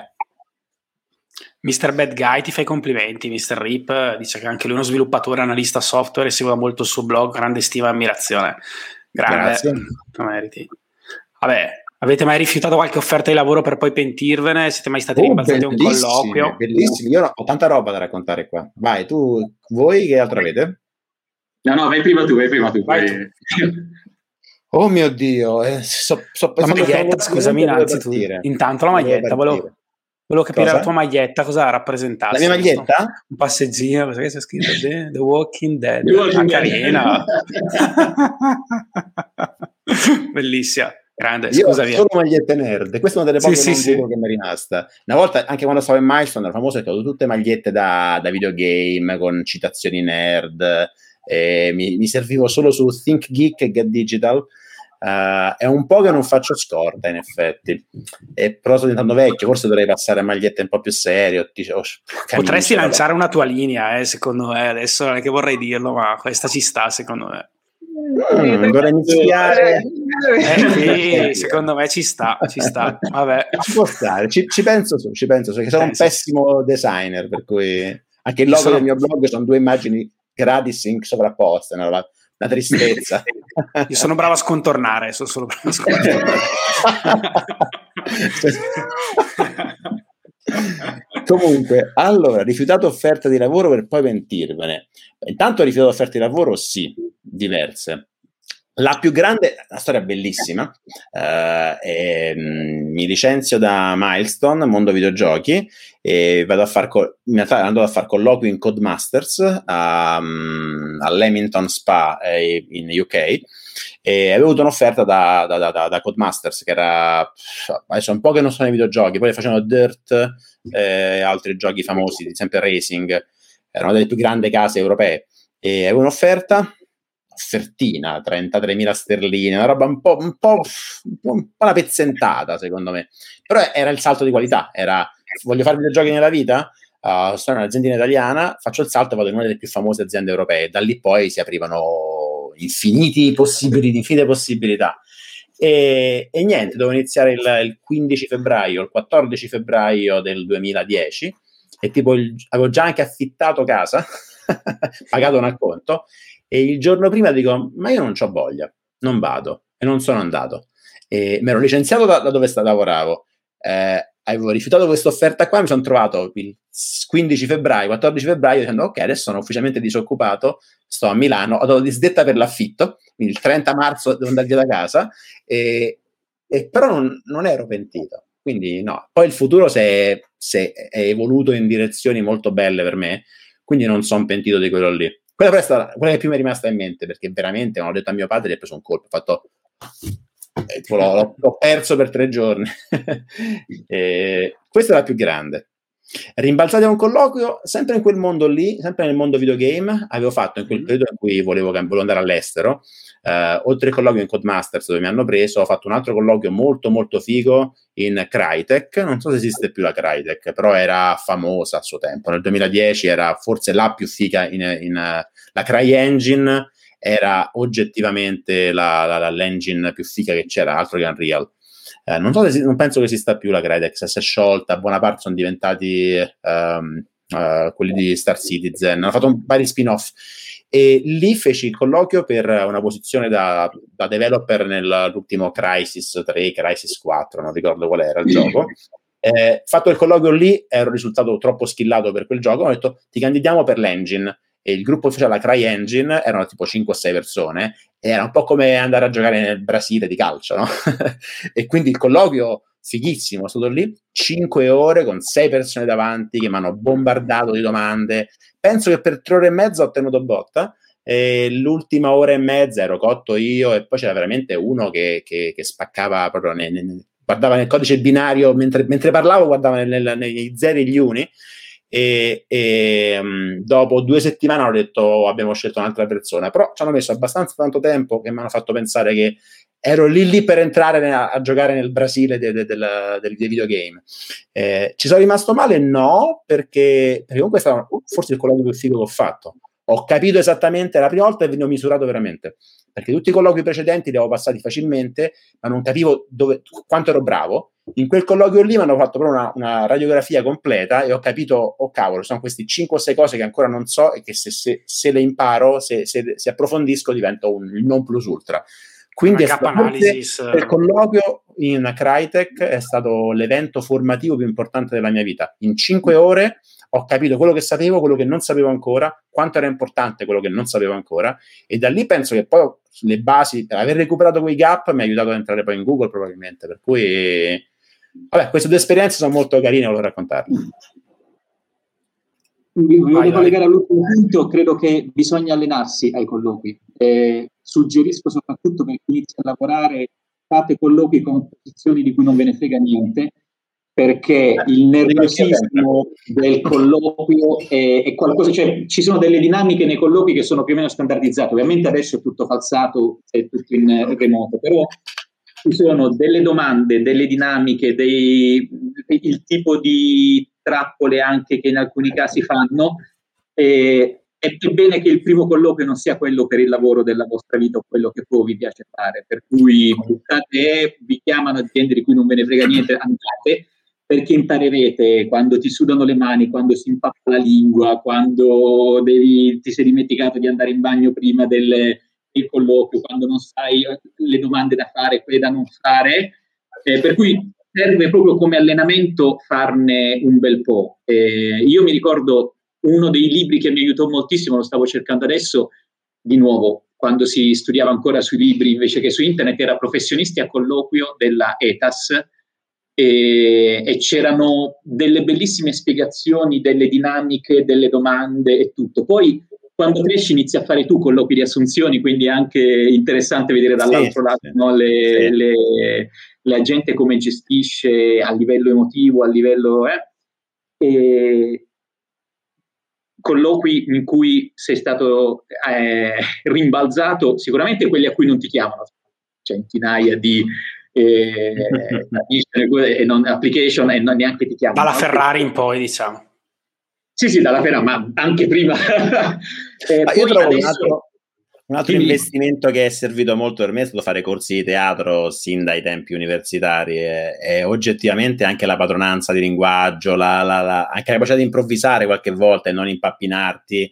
Mr. Bad Guy ti fa i complimenti. Mr. Rip dice che anche lui è uno sviluppatore, analista software, e segue molto il suo blog, grande stima e ammirazione. Grazie. Meriti. Vabbè, avete mai rifiutato qualche offerta di lavoro per poi pentirvene? Siete mai stati rimbalzati a un colloquio? Bellissimi, io ho tanta roba da raccontare qua. Vai, voi che altro avete? No, vai prima tu. Vai. Oh mio Dio, la maglietta, scusami, innanzitutto. Intanto la maglietta, volevo capire cosa? La tua maglietta cosa rappresentasse. La mia maglietta? Un passeggino, perché c'è scritto The Walking Dead. Carina. Bellissima. Grande, io scusa, ho solo magliette nerd, questa è una delle poche che mi è rimasta. Una volta, anche quando stavo in Milestone, ero famoso perché avevo tutte magliette da videogame con citazioni nerd, mi servivo solo su ThinkGeek e Get Digital. È un po' che non faccio scorta, in effetti, però sto diventando vecchio, forse dovrei passare a magliette un po' più serie. Potresti lanciare una tua linea, secondo me, adesso non è che vorrei dirlo, ma questa ci sta, secondo me. Dovrei iniziare. Sì, secondo me ci sta. Vabbè. Ci può stare, ci penso perché sono un pessimo designer, per cui anche il logo del mio blog sono 2 immagini gratis sovrapposte, una tristezza. Io sono bravo a scontornare, sono solo bravo a scontornare. Comunque, allora, rifiutato offerta di lavoro per poi pentirvene. Intanto rifiutato offerte di lavoro, sì, diverse. La più grande, una storia bellissima, mi licenzio da Milestone, mondo videogiochi, e vado a fare colloqui in Codemasters all'Hamilton Spa in UK, e avevo avuto un'offerta da Codemasters, che era, adesso un po' che non sono nei videogiochi, poi facevano Dirt e altri giochi famosi, sempre Racing, erano delle più grandi case europee, e avevo un'offertina, 33.000 sterline, una roba un po' una pezzentata, secondo me, però era il salto di qualità, era voglio fare videogiochi nella vita, sono un'azienda italiana, faccio il salto e vado in una delle più famose aziende europee, da lì poi si aprivano infinite possibilità, e niente, dovevo iniziare il 15 febbraio, il 14 febbraio del 2010, e tipo avevo già anche affittato casa, pagato un acconto, e il giorno prima dico, ma io non c'ho voglia, non vado, e non sono andato. Mi ero licenziato da dove lavoravo, avevo rifiutato questa offerta qua, mi sono trovato il 15 febbraio, 14 febbraio dicendo ok, adesso sono ufficialmente disoccupato, sto a Milano, ho dato disdetta per l'affitto, quindi il 30 marzo devo andare via da casa, però non ero pentito, quindi no. Poi il futuro si è evoluto in direzioni molto belle per me, quindi non sono pentito di quello lì. Quella però è stata quella che più mi è rimasta in mente, perché veramente, quando ho detto a mio padre, gli ho preso un colpo, ho fatto l'ho perso per 3 giorni. Questa è la più grande. Rimbalzati a un colloquio, sempre in quel mondo lì, sempre nel mondo videogame. Avevo fatto in quel periodo in cui volevo andare all'estero, oltre al colloquio in Codemasters dove mi hanno preso, ho fatto un altro colloquio molto molto figo in Crytek. Non so se esiste più la Crytek, però era famosa a suo tempo, nel 2010 era forse la più figa la CryEngine era oggettivamente l'engine più figa che c'era, altro che Unreal. Non penso che esista più la Crytek, si è sciolta, buona parte sono diventati quelli di Star Citizen, hanno fatto vari spin-off, e lì feci il colloquio per una posizione da developer nell'ultimo Crysis 3, Crysis 4, non ricordo qual era il gioco. Fatto il colloquio lì, ero risultato troppo skillato per quel gioco, ho detto ti candidiamo per l'engine, e il gruppo ufficiale, la CryEngine, erano tipo 5 o 6 persone, e era un po' come andare a giocare nel Brasile di calcio, no? E quindi il colloquio fighissimo, sono stato lì 5 ore con 6 persone davanti che mi hanno bombardato di domande, penso che per 3 ore e mezza ho tenuto botta, e l'ultima ora e mezza ero cotto io, e poi c'era veramente uno che spaccava proprio, guardava nel codice binario, mentre parlavo guardava nei zeri e gli uni, e dopo 2 settimane ho detto abbiamo scelto un'altra persona, però ci hanno messo abbastanza tanto tempo che mi hanno fatto pensare che ero lì per entrare a giocare nel Brasile dei videogame. Ci sono rimasto male? No, perché comunque è stato forse il colloquio più figo che ho fatto. Ho capito esattamente la prima volta e venivo misurato veramente, perché tutti i colloqui precedenti li avevo passati facilmente, ma non capivo quanto ero bravo. In quel colloquio lì mi hanno fatto proprio una radiografia completa e ho capito, oh cavolo, sono questi 5 o 6 cose che ancora non so e che se le imparo, se approfondisco, divento il non plus ultra. Quindi il colloquio in Crytek è stato l'evento formativo più importante della mia vita. In 5 ore ho capito quello che sapevo, quello che non sapevo ancora, quanto era importante quello che non sapevo ancora, e da lì penso che poi le basi, aver recuperato quei gap mi ha aiutato ad entrare poi in Google probabilmente, per cui vabbè, queste 2 esperienze sono molto carine, volevo raccontarle. Mi voglio collegare all'ultimo punto, credo che bisogna allenarsi ai colloqui. Suggerisco soprattutto per chi inizia a lavorare fate colloqui con posizioni di cui non ve ne frega niente, perché il nervosismo del colloquio è qualcosa, cioè ci sono delle dinamiche nei colloqui che sono più o meno standardizzate. Ovviamente adesso è tutto falsato, è tutto in remoto, però ci sono delle domande, delle dinamiche, il tipo di trappole anche che in alcuni casi fanno. È più bene che il primo colloquio non sia quello per il lavoro della vostra vita o quello che poi vi piace fare, per cui buttate, vi chiamano aziende di cui non ve ne frega niente, andate, perché imparerete quando ti sudano le mani, quando si impappa la lingua, quando ti sei dimenticato di andare in bagno prima del colloquio, quando non sai le domande da fare, quelle da non fare, per cui serve proprio come allenamento farne un bel po'. Io mi ricordo uno dei libri che mi aiutò moltissimo, lo stavo cercando adesso, di nuovo, quando si studiava ancora sui libri invece che su internet, era Professionisti a colloquio della ETAS, e c'erano delle bellissime spiegazioni delle dinamiche, delle domande e tutto. Poi quando cresci inizi a fare tu colloqui di assunzioni, quindi è anche interessante vedere dall'altro lato, no, la gente come gestisce a livello emotivo, a livello colloqui in cui sei stato rimbalzato, sicuramente quelli a cui non ti chiamano, centinaia di application e non neanche ti chiamano. Dalla Ferrari in poi, diciamo. Sì, dalla Ferrari, ma anche prima. Poi io trovo un altro investimento che è servito molto per me è stato fare corsi di teatro sin dai tempi universitari e oggettivamente anche la padronanza di linguaggio, anche la capacità di improvvisare qualche volta e non impappinarti.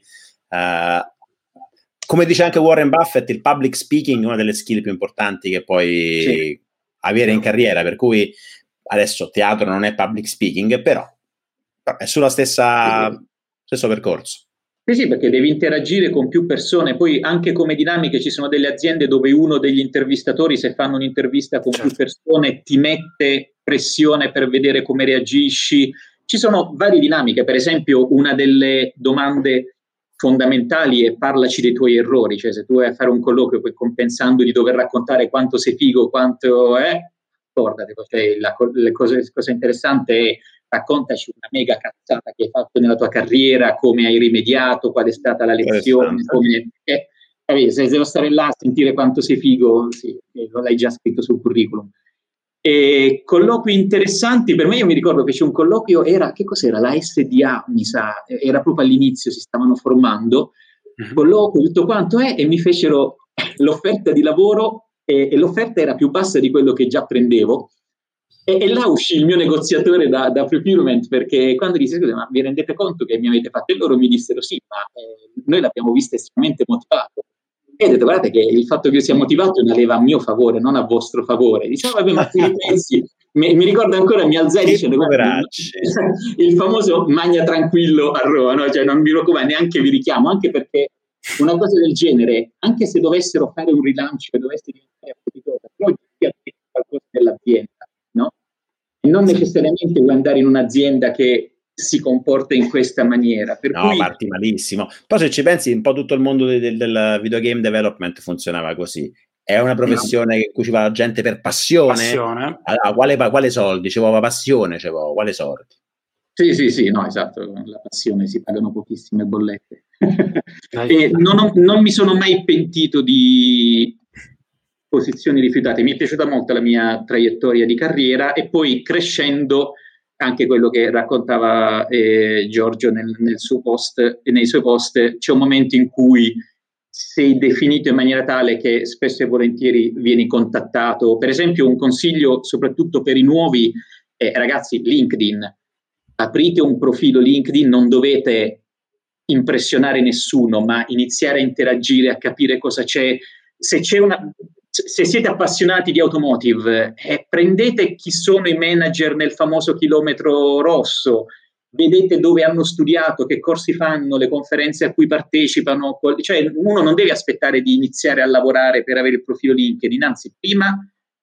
Come dice anche Warren Buffett, il public speaking è una delle skill più importanti che puoi avere in carriera, per cui adesso teatro non è public speaking, però è sulla stesso percorso. Sì, perché devi interagire con più persone, poi anche come dinamiche ci sono delle aziende dove uno degli intervistatori, se fanno un'intervista con più persone, ti mette pressione per vedere come reagisci. Ci sono varie dinamiche, per esempio una delle domande fondamentali è parlaci dei tuoi errori, cioè se tu vai a fare un colloquio pensando di dover raccontare quanto sei figo, quanto è, ricordate, cioè la cosa interessante è raccontaci una mega cazzata che hai fatto nella tua carriera, come hai rimediato, qual è stata la lezione, se devo stare là a sentire quanto sei figo, sì, lo l'hai già scritto sul curriculum. E colloqui interessanti, per me io mi ricordo che feci un colloquio, che cos'era? La SDA, mi sa, era proprio all'inizio, si stavano formando, colloquio, tutto quanto e mi fecero l'offerta di lavoro e l'offerta era più bassa di quello che già prendevo. E là uscì il mio negoziatore da procurement, perché quando disse scusa, ma vi rendete conto che mi avete fatto? E loro mi dissero sì, ma noi l'abbiamo visto estremamente motivato. E ho detto guardate che il fatto che io sia motivato è una leva a mio favore, non a vostro favore. Diciamo vabbè, ma che pensi? Mi ricordo ancora, mi alzai dicendo il famoso magna tranquillo a Roma, no? Cioè non mi preoccupate, neanche vi richiamo, anche perché una cosa del genere, anche se dovessero fare un rilancio e dovesse diventare appetitosa, poi qualcosa dell'azienda, no? E non necessariamente vuoi andare in un'azienda che si comporta in questa maniera. Per cui parti malissimo. Poi se ci pensi, un po' tutto il mondo del videogame development funzionava così. È una professione in cui ci va la gente per passione. Allora, quale soldi? Ci vuole passione, quale soldi? Sì, no, esatto, la passione, si pagano pochissime bollette. E non mi sono mai pentito di posizioni rifiutate, mi è piaciuta molto la mia traiettoria di carriera e poi crescendo anche quello che raccontava Giorgio nel suo post, nei suoi post, c'è un momento in cui sei definito in maniera tale che spesso e volentieri vieni contattato. Per esempio un consiglio soprattutto per i nuovi, ragazzi, LinkedIn. Aprite un profilo LinkedIn, non dovete impressionare nessuno, ma iniziare a interagire, a capire cosa c'è. Se siete appassionati di automotive, prendete chi sono i manager nel famoso chilometro rosso, vedete dove hanno studiato, che corsi fanno, le conferenze a cui partecipano, cioè uno non deve aspettare di iniziare a lavorare per avere il profilo LinkedIn, anzi prima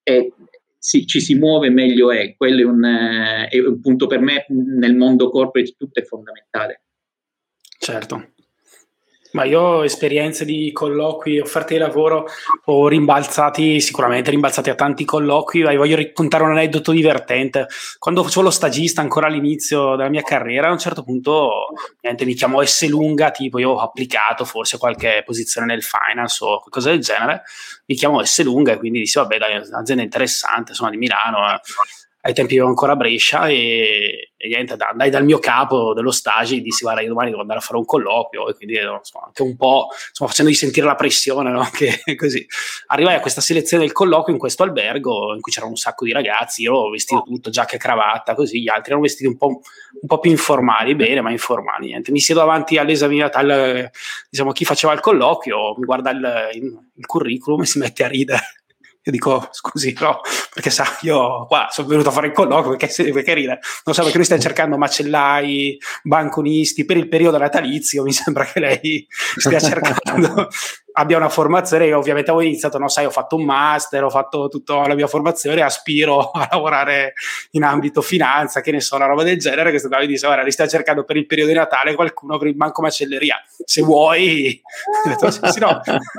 ci si muove meglio è, quello è un punto per me nel mondo corporate tutto è fondamentale. Certo. Ma io ho esperienze di colloqui, offerte di lavoro, ho sicuramente rimbalzati a tanti colloqui. Voglio raccontare un aneddoto divertente. Quando facevo lo stagista ancora all'inizio della mia carriera, a un certo punto mi chiamò Esselunga, tipo io ho applicato forse qualche posizione nel finance o qualcosa del genere, mi chiamò Esselunga e quindi dissi vabbè dai, è un'azienda interessante, sono di Milano, ai tempi vivevo ancora a Brescia e niente, andai dal mio capo dello stage e dissi guarda io domani devo andare a fare un colloquio e quindi anche un po' facendogli sentire la pressione, no? Che così arrivai a questa selezione del colloquio in questo albergo in cui c'erano un sacco di ragazzi, io ho vestito tutto, giacca e cravatta, così gli altri erano vestiti un po' più informali, bene ma informali, niente. Mi siedo davanti all'esaminatore, diciamo chi faceva il colloquio, mi guarda il curriculum e si mette a ridere. Io dico, scusi, no, perché sa, io qua sono venuto a fare il colloquio, perché ride? Non so, perché lui sta cercando macellai, banconisti, per il periodo natalizio, mi sembra che lei stia cercando, abbia una formazione, io ovviamente avevo iniziato, no, sai, ho fatto un master, ho fatto tutta la mia formazione, aspiro a lavorare in ambito finanza, che ne so, una roba del genere, questo qua mi dice, guarda, li sta cercando per il periodo di Natale qualcuno per il banco macelleria, se vuoi, ho detto, sì, no.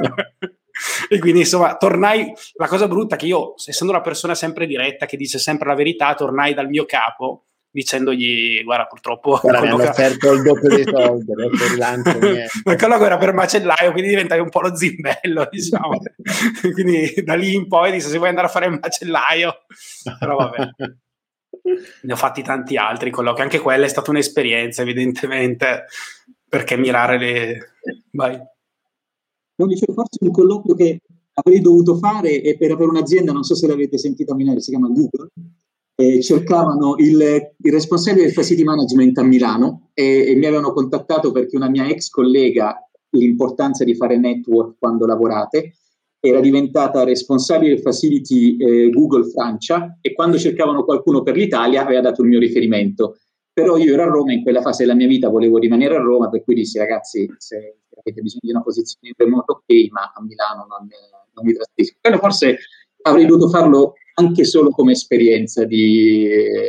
E quindi insomma tornai, la cosa brutta che io, essendo una persona sempre diretta che dice sempre la verità, tornai dal mio capo dicendogli guarda purtroppo mi hanno offerto il doppio dei soldi, adesso rilancio niente. Il colloquio era per macellaio, quindi diventai un po' lo zimbello, diciamo. Quindi da lì in poi disse se vuoi andare a fare il macellaio, però vabbè, ne ho fatti tanti altri colloqui, anche quella è stata un'esperienza evidentemente, perché mirare le... Vai. Non dicevo, forse un colloquio che avrei dovuto fare è per un'azienda, non so se l'avete sentito nominare, si chiama Google, cercavano il responsabile del facility management a Milano e mi avevano contattato perché una mia ex collega, l'importanza di fare network quando lavorate, era diventata responsabile del facility Google Francia e quando cercavano qualcuno per l'Italia aveva dato il mio riferimento. Però io ero a Roma, in quella fase della mia vita volevo rimanere a Roma, per cui dissi ragazzi, se avete bisogno di una posizione in remoto, ok, ma a Milano non mi trasferisco. Però forse avrei dovuto farlo anche solo come esperienza di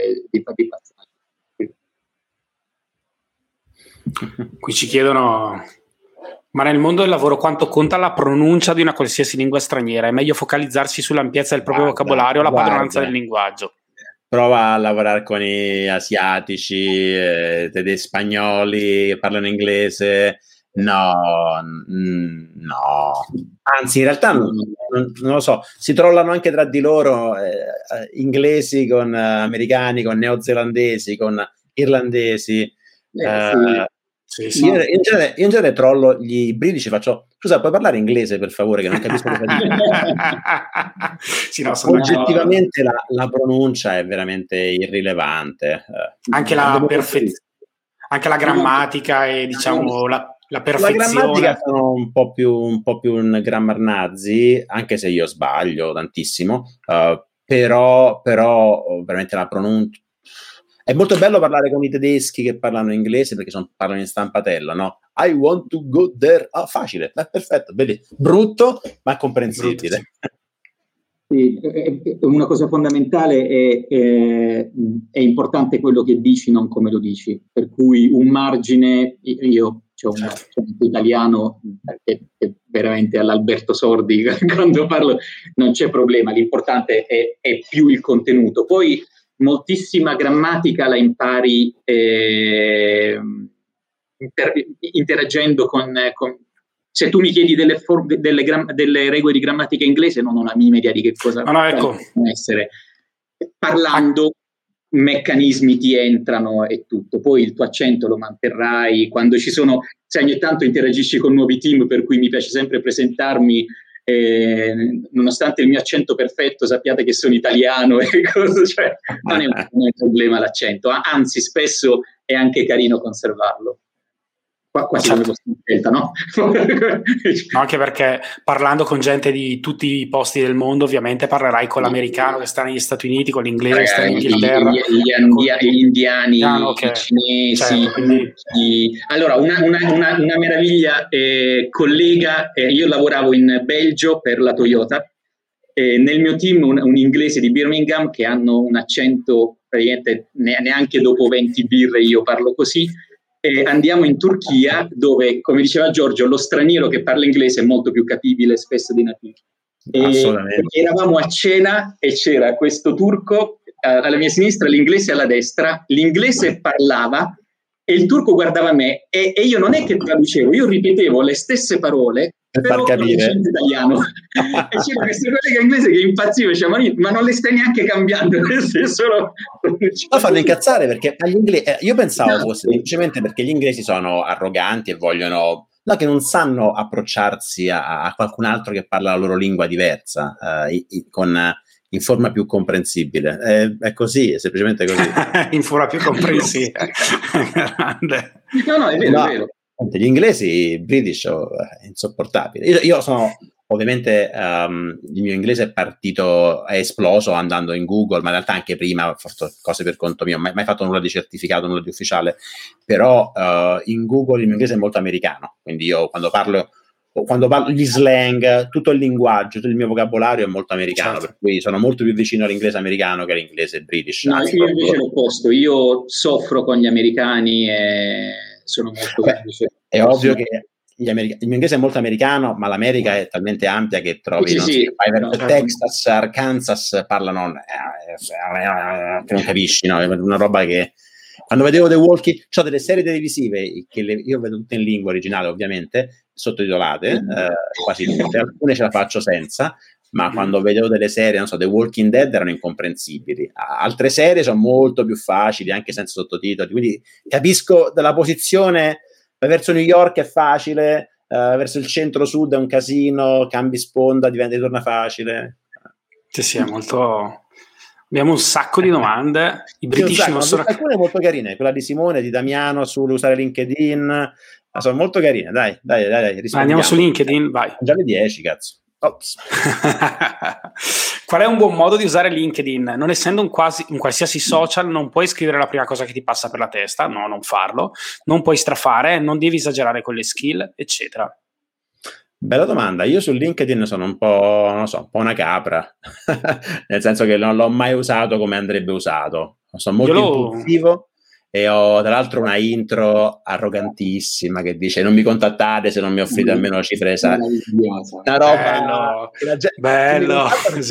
passare. Qui ci chiedono, ma nel mondo del lavoro quanto conta la pronuncia di una qualsiasi lingua straniera? È meglio focalizzarsi sull'ampiezza del proprio vocabolario o la padronanza del linguaggio? Prova a lavorare con i asiatici, tedeschi, spagnoli che parlano inglese. No. Anzi, in realtà non lo so, si trollano anche tra di loro, inglesi con americani, con neozelandesi, con irlandesi. Sì. Io in genere trollo gli britici, faccio scusa, puoi parlare inglese per favore che non capisco cosa dici. Sì, no, oggettivamente la pronuncia è veramente irrilevante, anche la perfezione, anche la grammatica e diciamo la perfezione. La grammatica sono un po' più un grammar nazi, anche se io sbaglio tantissimo, però veramente la pronuncia. È molto bello parlare con i tedeschi che parlano inglese perché parlano in stampatello, no? I want to go there. Facile, perfetto, vedi, brutto ma comprensibile. Sì, una cosa fondamentale è importante quello che dici, non come lo dici. Per cui un margine, io c'ho un italiano che è veramente all'Alberto Sordi quando parlo, non c'è problema, l'importante è più il contenuto. Poi moltissima grammatica la impari interagendo con se tu mi chiedi delle regole di grammatica inglese non ho la minima idea di che cosa possono essere. Parlando meccanismi ti entrano e tutto, poi il tuo accento lo manterrai quando ci sono, se ogni tanto interagisci con nuovi team, per cui mi piace sempre presentarmi nonostante il mio accento perfetto sappiate che sono italiano e cosa, cioè, non è un problema l'accento, anzi spesso è anche carino conservarlo. Quasi come scelta, no? No, anche perché parlando con gente di tutti i posti del mondo ovviamente parlerai con l'americano che sta negli Stati Uniti, con l'inglese che sta in Inghilterra, gli indiani, i cinesi, allora una meraviglia collega, io lavoravo in Belgio per la Toyota, nel mio team un inglese di Birmingham che hanno un accento praticamente neanche dopo 20 birre io parlo così. andiamo in Turchia, dove, come diceva Giorgio, lo straniero che parla inglese è molto più capibile spesso dei nativi. Eravamo a cena e c'era questo turco alla mia sinistra, l'inglese alla destra, l'inglese parlava e il turco guardava me e io non è che traducevo, io ripetevo le stesse parole per far capire in italiano. E c'era questo collega inglese che impazziva, diceva, ma non le stai neanche cambiando, solo lo fanno incazzare perché agli inglesi, io pensavo fosse semplicemente perché gli inglesi sono arroganti e vogliono, no, che non sanno approcciarsi a qualcun altro che parla la loro lingua diversa in forma più comprensibile. È così, è semplicemente così. In forma più comprensibile. Grande. No, è vero, è vero. Gli inglesi British è insopportabile. Io sono ovviamente il mio inglese è esploso andando in Google, ma in realtà anche prima ho fatto cose per conto mio, mai fatto nulla di certificato, nulla di ufficiale, però in Google il mio inglese è molto americano, quindi io quando parlo gli slang, tutto il linguaggio, tutto il mio vocabolario è molto americano, certo. Per cui sono molto più vicino all'inglese americano che all'inglese British. No, io invece l'opposto, io soffro con gli americani e sono molto è ovvio che il mio inglese è molto americano, ma l'America è talmente ampia che trovi Texas, Arkansas parlano che non capisci, no? È una roba che quando vedevo The Walking, c'ho delle serie televisive che io vedo tutte in lingua originale ovviamente, sottotitolate, quasi tutte, alcune ce la faccio senza, ma quando vedevo delle serie, non so, The Walking Dead erano incomprensibili. Altre serie sono molto più facili, anche senza sottotitoli, quindi capisco dalla posizione verso New York è facile, verso il centro-sud è un casino, cambi sponda, torna facile. Sì, è molto... Abbiamo un sacco di domande. I British non sono... Alcune molto carine, quella di Simone, di Damiano sull'usare LinkedIn, sono molto carine, dai. Andiamo su LinkedIn, vai. Già le 10, cazzo. Ops. Qual è un buon modo di usare LinkedIn? Non essendo un qualsiasi social, non puoi scrivere la prima cosa che ti passa per la testa, no, non farlo, non puoi strafare, non devi esagerare con le skill, eccetera. Bella domanda. Io su LinkedIn sono un po', non so, un po' una capra, nel senso che non l'ho mai usato come andrebbe usato. Sono molto impulsivo e ho tra l'altro una intro arrogantissima che dice non mi contattate se non mi offrite almeno cifre esatte. Una roba bello.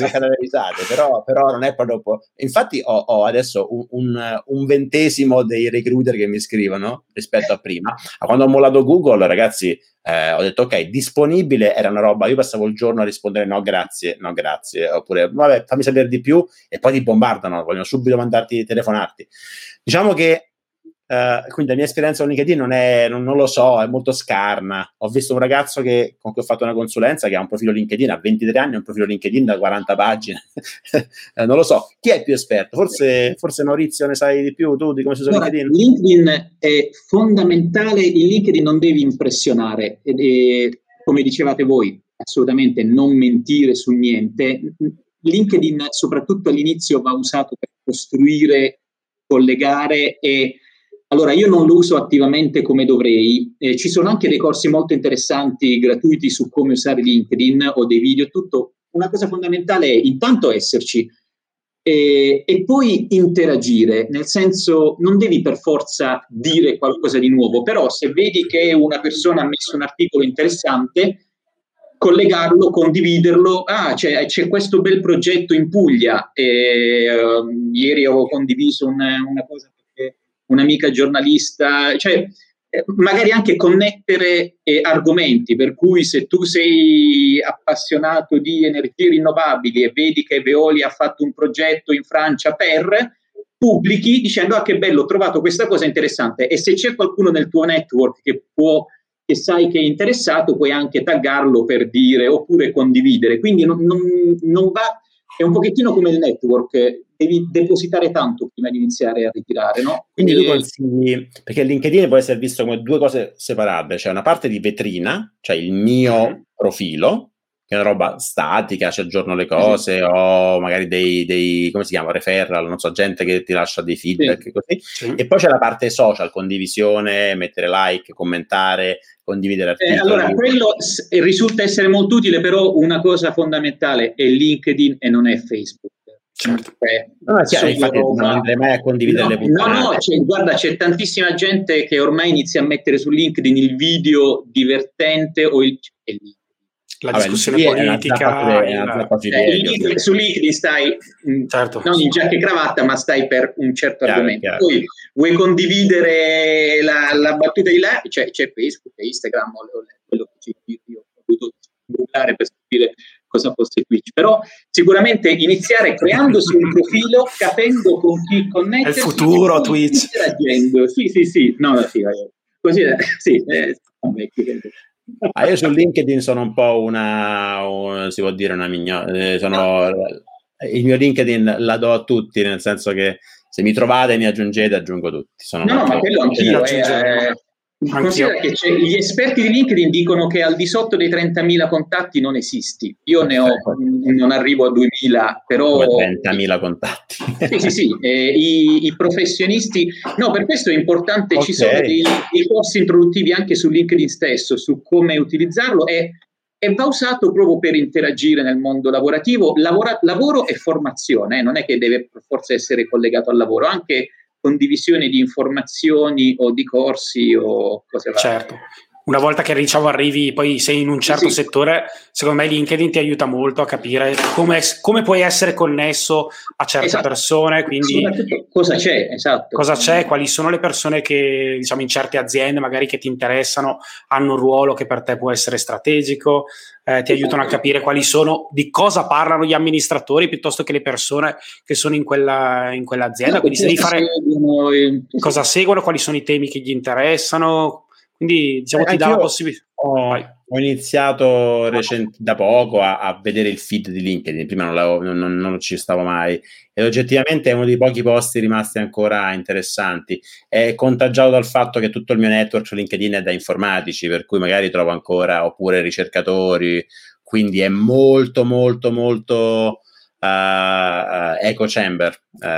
Però non è proprio infatti ho adesso un ventesimo dei recruiter che mi scrivono rispetto a prima. Quando ho mollato Google, ragazzi, ho detto ok, disponibile era una roba, io passavo il giorno a rispondere no grazie, oppure vabbè fammi sapere di più e poi ti bombardano, vogliono subito telefonarti. Diciamo che quindi la mia esperienza con LinkedIn non lo so, è molto scarna. Ho visto un ragazzo con cui ho fatto una consulenza che ha un profilo LinkedIn, ha 23 anni, un profilo LinkedIn da 40 pagine. Non lo so, chi è più esperto? Forse Maurizio ne sai di più, tu di come si usa LinkedIn? LinkedIn è fondamentale, in LinkedIn non devi impressionare, e come dicevate voi, assolutamente non mentire su niente. LinkedIn soprattutto all'inizio va usato per costruire, collegare e allora io non lo uso attivamente come dovrei, ci sono anche dei corsi molto interessanti gratuiti su come usare LinkedIn o dei video e tutto. Una cosa fondamentale è intanto esserci e poi interagire, nel senso non devi per forza dire qualcosa di nuovo, però se vedi che una persona ha messo un articolo interessante, collegarlo, condividerlo, c'è questo bel progetto in Puglia, ieri ho condiviso una cosa perché un'amica giornalista, cioè magari anche connettere argomenti, per cui se tu sei appassionato di energie rinnovabili e vedi che Veolia ha fatto un progetto in Francia pubblichi dicendo che bello, ho trovato questa cosa interessante, e se c'è qualcuno nel tuo network che sai che è interessato, puoi anche taggarlo per dire oppure condividere. Quindi non va, è un pochettino come il network, devi depositare tanto prima di iniziare a ritirare, no? Quindi tu consigli, perché LinkedIn può essere visto come due cose separate, cioè una parte di vetrina, cioè il mio profilo, che è una roba statica, ci aggiorno le cose, o magari dei come si chiama, referral, non so, gente che ti lascia dei feedback, così. E poi c'è la parte social, condivisione, mettere like, commentare, condividere articoli. Allora, quello risulta essere molto utile, però una cosa fondamentale è LinkedIn e non è Facebook. Certo. Infatti non andrei mai a condividere le puntate. Guarda, c'è tantissima gente che ormai inizia a mettere su LinkedIn il video divertente o la discussione politica. Su LinkedIn stai non in giacca e cravatta, ma stai per un certo argomento. Poi vuoi condividere la battuta di là, c'è Facebook, Instagram, quello che io ho dovuto googlare per scoprire cosa fosse Twitch, però sicuramente iniziare creandosi un profilo, capendo con chi connettersi. È il futuro Twitch. Sì, così sì. Io su LinkedIn sono un po' si può dire una mignotta. Il mio LinkedIn la do a tutti, nel senso che se mi trovate mi aggiungete, aggiungo tutti. Ma quello anch'io. Considera che gli esperti di LinkedIn dicono che al di sotto dei 30.000 contatti non esisti. Io non arrivo a 2.000, però 30.000 contatti. Sì. I professionisti. No, per questo è importante. Ci sono dei corsi introduttivi anche su LinkedIn stesso su come utilizzarlo e va usato proprio per interagire nel mondo lavorativo. Lavoro e formazione, non è che deve forse essere collegato al lavoro, anche condivisione di informazioni o di corsi o cose varie. Certo. Una volta che arrivi, poi sei in un certo settore, secondo me LinkedIn ti aiuta molto a capire come puoi essere connesso a certe persone, quindi cosa c'è, quali sono le persone che, diciamo, in certe aziende magari che ti interessano, hanno un ruolo che per te può essere strategico, ti aiutano a capire di cosa parlano gli amministratori piuttosto che le persone che sono in quell'azienda, quindi se devi fare cosa seguono, quali sono i temi che gli interessano. Quindi diciamo ti dà la possibilità. Ho iniziato da poco a vedere il feed di LinkedIn, prima non ci stavo mai, e oggettivamente è uno dei pochi posti rimasti ancora interessanti. È contagiato dal fatto che tutto il mio network su LinkedIn è da informatici, per cui magari trovo ancora, oppure ricercatori, quindi è molto molto molto echo chamber.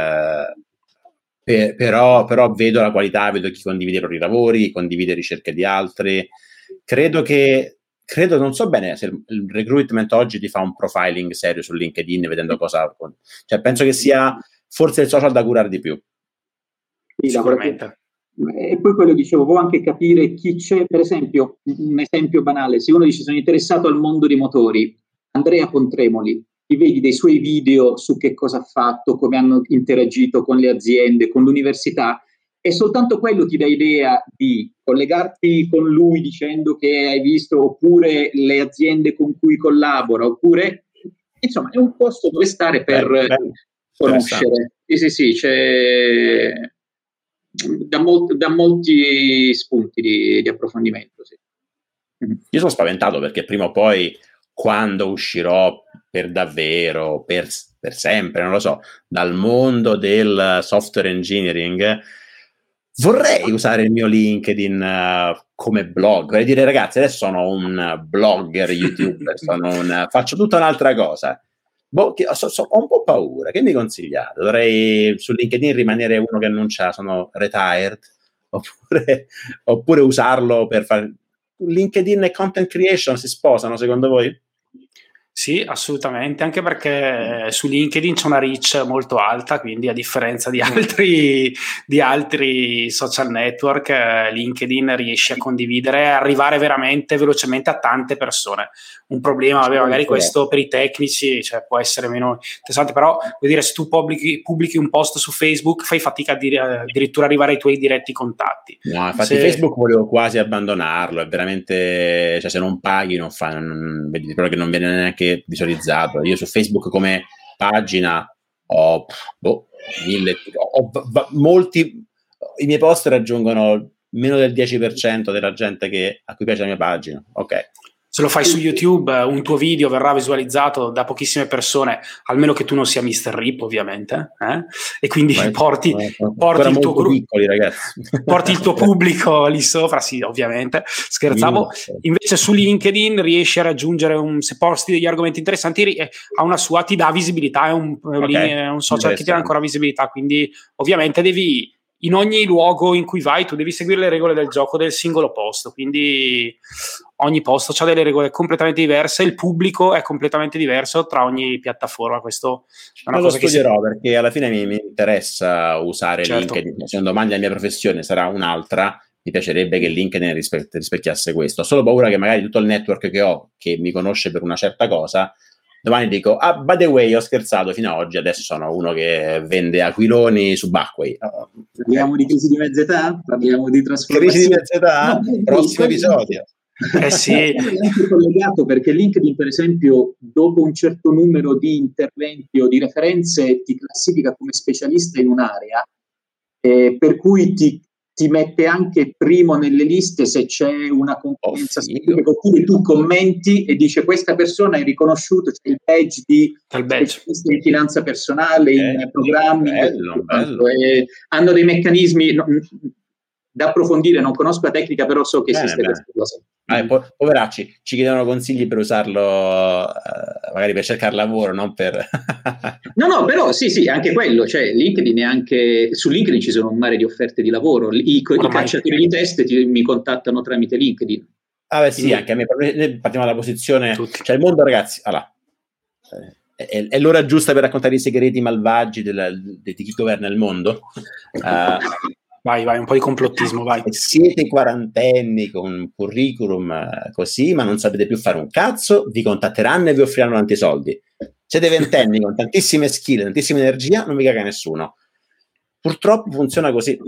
Però vedo la qualità, vedo chi condivide i propri lavori, chi condivide ricerche di altri. Credo, non so bene se il recruitment oggi ti fa un profiling serio su LinkedIn vedendo cosa, cioè penso che sia forse il social da curare di più. Sicuramente. E poi quello dicevo, può anche capire chi c'è, per esempio, un esempio banale, se uno dice sono interessato al mondo dei motori, Andrea Pontremoli, ti vedi dei suoi video su che cosa ha fatto, come hanno interagito con le aziende, con l'università, e soltanto quello ti dà idea di collegarti con lui dicendo che hai visto, oppure le aziende con cui collabora, oppure insomma è un posto dove stare per conoscere. Sì, c'è da molti spunti di approfondimento. Sì. Io sono spaventato perché prima o poi, quando uscirò per davvero, per sempre, non lo so, dal mondo del software engineering, vorrei usare il mio LinkedIn come blog, vorrei dire ragazzi adesso sono un blogger, youtuber, faccio tutta un'altra cosa. Ho un po' paura, che mi consigliate? Dovrei su LinkedIn rimanere uno che non c'ha, sono retired, oppure usarlo per fare... LinkedIn e content creation si sposano secondo voi? Sì, assolutamente, anche perché su LinkedIn c'è una reach molto alta, quindi a differenza di altri social network, LinkedIn riesce a condividere e arrivare veramente velocemente a tante persone. Un problema, magari questo per i tecnici, cioè, può essere meno interessante, però vuol dire, se tu pubblichi un post su Facebook fai fatica addirittura arrivare ai tuoi diretti contatti. No, infatti Facebook volevo quasi abbandonarlo, è veramente, cioè se non paghi vedi però che non viene neanche visualizzato. Io su Facebook come pagina ho molti, i miei post raggiungono meno del 10% della gente a cui piace la mia pagina. Ok. Se lo fai su YouTube, un tuo video verrà visualizzato da pochissime persone, almeno che tu non sia Mr. Rip, ovviamente, e quindi porti il tuo gruppo, piccoli, ragazzi. porti il tuo pubblico lì sopra, sì, ovviamente, scherzavo. Invece su LinkedIn riesci a raggiungere, se posti degli argomenti interessanti, a una ti dà visibilità, è un social che ti dà ancora visibilità, quindi ovviamente devi in ogni luogo in cui vai tu devi seguire le regole del gioco del singolo posto, quindi ogni posto ha delle regole completamente diverse, il pubblico è completamente diverso tra ogni piattaforma. Questo è una cosa che studierò, perché alla fine mi interessa usare LinkedIn. Se un domani la mia professione sarà un'altra, mi piacerebbe che LinkedIn rispecchiasse questo. Ho solo paura che magari tutto il network che ho, che mi conosce per una certa cosa, domani dico, by the way, ho scherzato fino ad oggi, adesso sono uno che vende aquiloni subacquei. Parliamo di crisi di mezza età? Parliamo di trasformazione? Crisi di mezza età? Prossimo episodio. Sì. È anche collegato, perché LinkedIn, per esempio, dopo un certo numero di interventi o di referenze, ti classifica come specialista in un'area, per cui ti mette anche primo nelle liste se c'è una competenza specifica, oppure tu commenti e dice questa persona è riconosciuta, c'è il badge di specialista in finanza personale, in programmi, bello. hanno dei meccanismi da approfondire, non conosco la tecnica, però so che esiste questa cosa. Poveracci, ci chiedono consigli per usarlo, magari per cercare lavoro, non per... No, però sì, anche quello, cioè LinkedIn, anche su LinkedIn ci sono un mare di offerte di lavoro, i cacciatori di test mi contattano tramite LinkedIn. Sì, anche a me, noi partiamo dalla posizione, cioè il mondo, ragazzi, è l'ora giusta per raccontare i segreti malvagi di chi governa il mondo. Vai, un po' di complottismo, vai. Siete quarantenni con un curriculum così, ma non sapete più fare un cazzo, vi contatteranno e vi offriranno tanti soldi. Siete ventenni con tantissime skill, tantissima energia, non vi caga nessuno. Purtroppo funziona così.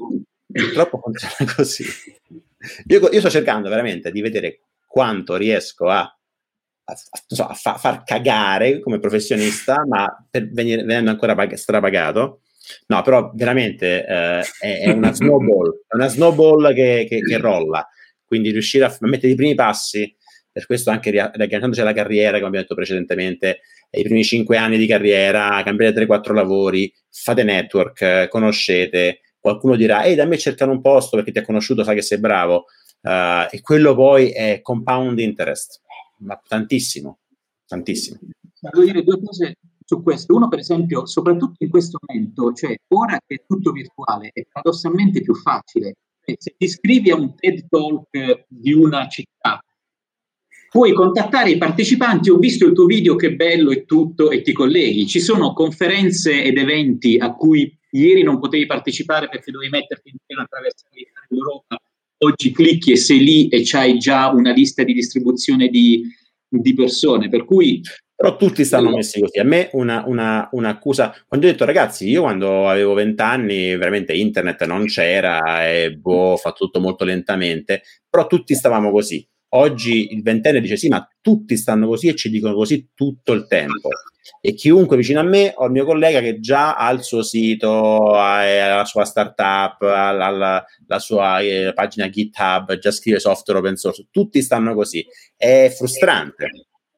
Io sto cercando veramente di vedere quanto riesco a far cagare come professionista, ma venendo ancora strapagato. No, però veramente è una snowball che rolla, quindi riuscire a mettere i primi passi, per questo anche riagganciandoci alla carriera, come abbiamo detto precedentemente, i primi 5 anni di carriera, cambiate 3-4 lavori, fate network, conoscete, qualcuno dirà da me cercano un posto perché ti ha conosciuto, sa che sei bravo, e quello poi è compound interest, ma tantissimo. Devo dire due cose su questo. Uno, per esempio, soprattutto in questo momento, cioè ora che è tutto virtuale, è paradossalmente più facile. Se ti iscrivi a un TED Talk di una città, puoi contattare i partecipanti, ho visto il tuo video, che bello e tutto, e ti colleghi. Ci sono conferenze ed eventi a cui ieri non potevi partecipare perché dovevi metterti in pieno attraverso l'Europa, oggi clicchi e sei lì e c'hai già una lista di distribuzione di persone, per cui... Però tutti stanno messi così. A me un'accusa, quando ho detto ragazzi, io quando avevo 20 anni veramente internet non c'era e ho fatto tutto molto lentamente, però tutti stavamo così. Oggi il ventenne dice sì, ma tutti stanno così e ci dicono così tutto il tempo. E chiunque vicino a me, ho il mio collega che già ha il suo sito, ha la sua startup, ha la sua pagina GitHub, già scrive software open source, tutti stanno così. È frustrante.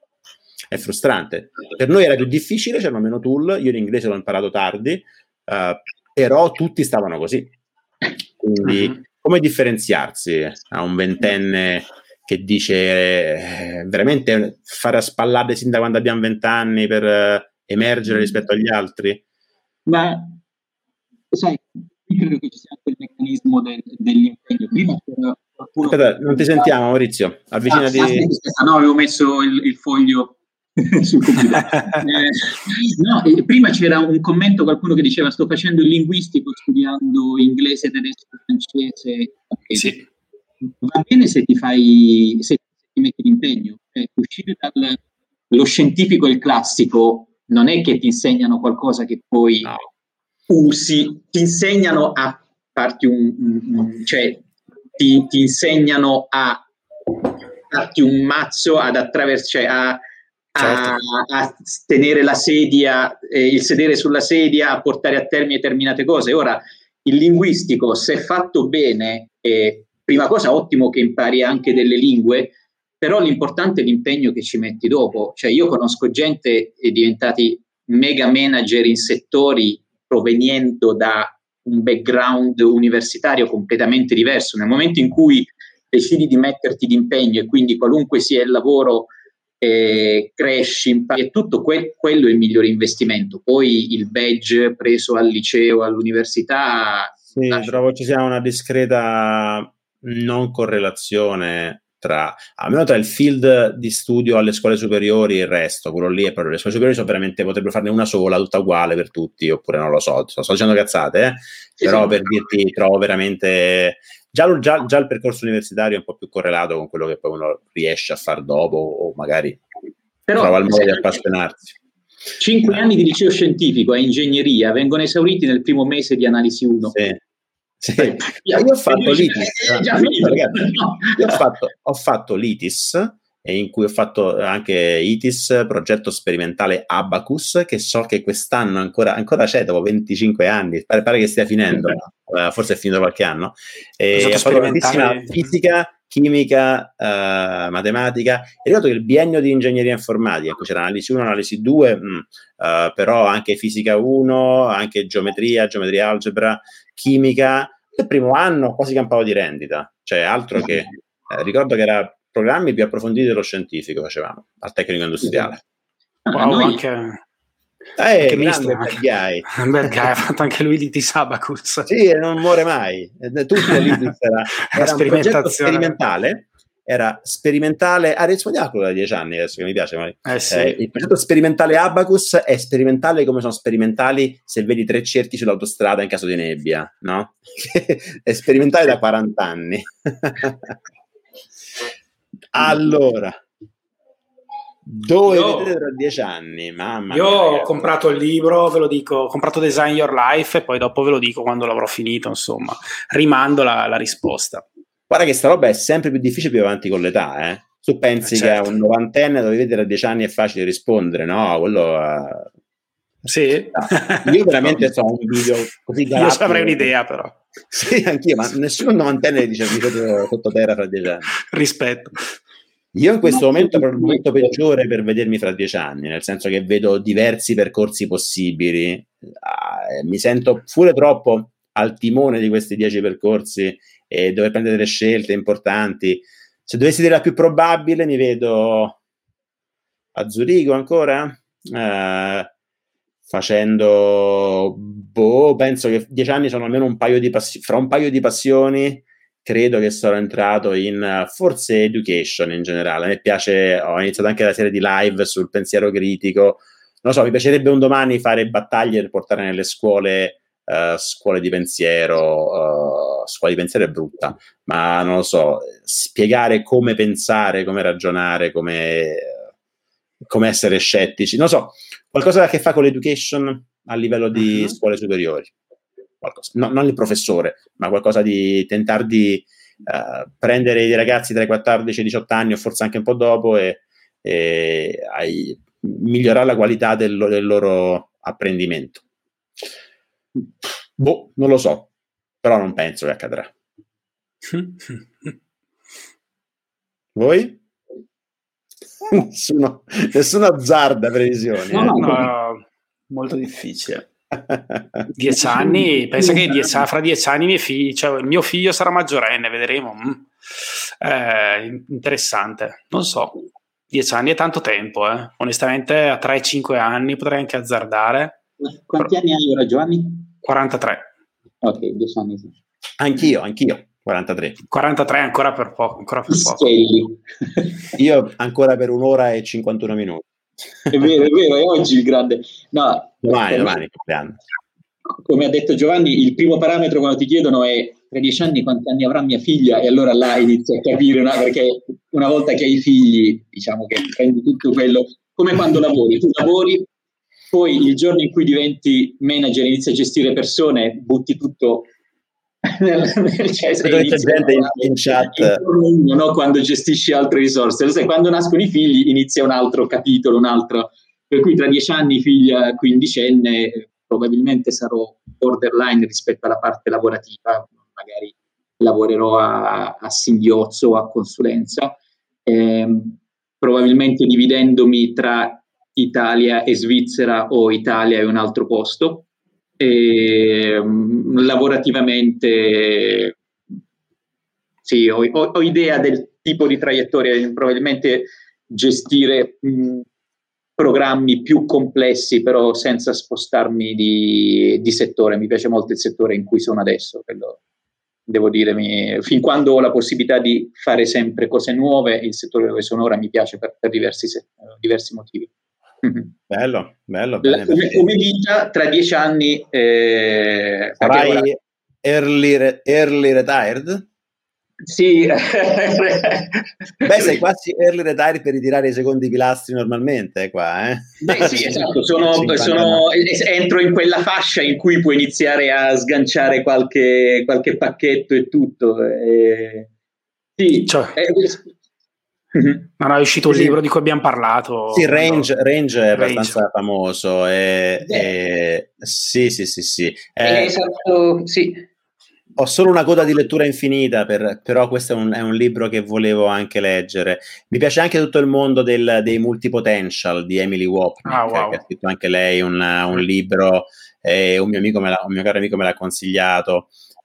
Per noi era più difficile, c'erano meno tool, io l'inglese l'ho imparato tardi, però tutti stavano così. Quindi come differenziarsi a un ventenne che dice veramente fare a spallate sin da quando abbiamo 20 anni per emergere rispetto agli altri? Ma sai, io credo che ci sia anche il meccanismo dell'impegno. Prima Aspetta, non ti sentiamo, Maurizio, avvicinati. No, avevo messo il foglio sul computer. Prima c'era un commento, qualcuno che diceva sto facendo il linguistico studiando inglese, tedesco, francese. Sì. Va bene se ti metti l'impegno. Uscire dallo scientifico e il classico non è che ti insegnano qualcosa che poi usi, ti insegnano a farti cioè ti insegnano a farti un mazzo ad attraversare, a tenere la sedia, il sedere sulla sedia, a portare a termine determinate cose. Ora, il linguistico, se fatto bene, prima cosa ottimo che impari anche delle lingue, però l'importante è l'impegno che ci metti dopo. Cioè io conosco gente diventati mega manager in settori proveniendo da un background universitario completamente diverso. Nel momento in cui decidi di metterti d'impegno e quindi qualunque sia il lavoro cresci, impari e tutto, quello è il migliore investimento. Poi il badge preso al liceo, all'università Sì, trovo ci sia una discreta non correlazione almeno tra il field di studio alle scuole superiori e il resto. Quello lì è proprio, le scuole superiori sono veramente, potrebbero farne una sola, tutta uguale per tutti, oppure non lo so, sto dicendo cazzate, però per dirti, trovo veramente già il percorso universitario è un po' più correlato con quello che poi uno riesce a far dopo, o magari trova il modo di appassionarsi. 5 anni di liceo scientifico e ingegneria vengono esauriti nel primo mese di analisi 1. Sì. Io ho fatto l'ITIS, ho fatto l'ITIS, e in cui ho fatto anche ITIS, progetto sperimentale Abacus, che so che quest'anno ancora c'è, dopo 25 anni, pare che stia finendo, forse è finito qualche anno, e ho fatto tantissima fisica, chimica, matematica. È arrivato che il biennio di ingegneria informatica, in cui c'era analisi 1, analisi 2, però anche fisica 1, anche geometria, algebra, chimica. Il primo anno quasi campavo di rendita, cioè altro che ricordo che era programmi più approfonditi dello scientifico facevamo al tecnico industriale. Wow, anche grande Bergai. Ha fatto anche lui l'ITIS Abacus. Sì, non muore mai. Tutto l'ITIS era un progetto sperimentale. Era sperimentale. Rispondiamo a quello da 10 anni adesso, che mi piace. Sì. Il progetto sperimentale Abacus è sperimentale come sono sperimentali se vedi 3 cerchi sull'autostrada in caso di nebbia, no? È sperimentale da 40 anni. Allora, dove vedete tra 10 anni? Mamma mia, ho comprato il libro, ve lo dico, ho comprato Design Your Life e poi dopo ve lo dico quando l'avrò finito, insomma, rimando la risposta. Guarda che sta roba è sempre più difficile più avanti con l'età, eh? Tu pensi che a un novantenne dove vedere a 10 anni è facile rispondere, no? Quello sì. Io veramente so un video così galattico. Io avrei un'idea, però. Sì, anch'io, ma nessuno novantenne dice video sottoterra fra 10 anni. Rispetto. Io in questo momento è il momento peggiore per vedermi fra 10 anni, nel senso che vedo diversi percorsi possibili, mi sento pure troppo al timone di questi 10 percorsi e dover prendere delle scelte importanti. Se dovessi dire la più probabile, mi vedo a Zurigo ancora, facendo penso che 10 anni sono almeno un paio di passioni. Credo che sarò entrato in forse education in generale. A me piace, ho iniziato anche la serie di live sul pensiero critico. Non lo so, mi piacerebbe un domani fare battaglie per portare nelle scuole scuole di pensiero. Scuola di pensiero è brutta, ma non lo so, spiegare come pensare, come ragionare, come essere scettici. Non so, qualcosa che ha a che fare con l'education a livello di scuole superiori. Qualcosa. No, non il professore, ma qualcosa di tentare di prendere i ragazzi tra i 14 e i 18 anni o forse anche un po' dopo e migliorare la qualità del loro apprendimento. Non lo so, però non penso che accadrà. Voi? Nessuno azzarda previsioni. No, molto difficile. 10 anni, pensa che fra 10 anni il mio figlio sarà maggiorenne, vedremo. Interessante, non so, 10 anni è tanto tempo, onestamente a 3-5 anni potrei anche azzardare. Quanti anni hai ora, Giovanni? 43. Ok, 10 anni sì. Anch'io 43 ancora per poco, io ancora per 1 ora e 51 minuti. È vero, è oggi il grande. No, domani compleanno. Come ha detto Giovanni, il primo parametro quando ti chiedono è tra 10 anni quanti anni avrà mia figlia, e allora là inizi a capire, perché una volta che hai figli, diciamo che prendi tutto quello, come quando lavori, tu lavori, poi il giorno in cui diventi manager, inizi a gestire persone, butti tutto c'è gente in chat no? Quando gestisci altre risorse, quando nascono i figli inizia un altro capitolo, per cui tra 10 anni figlia quindicenne probabilmente sarò borderline rispetto alla parte lavorativa, magari lavorerò a singhiozzo o a consulenza, probabilmente dividendomi tra Italia e Svizzera o Italia e un altro posto. Lavorativamente sì, ho idea del tipo di traiettoria, probabilmente gestire programmi più complessi, però senza spostarmi di settore. Mi piace molto il settore in cui sono adesso, quello devo dire, fin quando ho la possibilità di fare sempre cose nuove, il settore dove sono ora mi piace per diversi motivi. Bello. Come vita, tra 10 anni... sarai early retired? Sì. Beh, sei quasi early retired per ritirare i secondi pilastri normalmente qua, Beh, sì, esatto, entro in quella fascia in cui puoi iniziare a sganciare qualche pacchetto e tutto. Sì, non è uscito un libro di cui abbiamo parlato. Sì, Range è abbastanza famoso. Sì. Esatto, sì. Ho solo una coda di lettura infinita, però questo è un libro che volevo anche leggere. Mi piace anche tutto il mondo dei multipotential di Emily Wapnick, che ha scritto anche lei un libro, un mio caro amico me l'ha consigliato.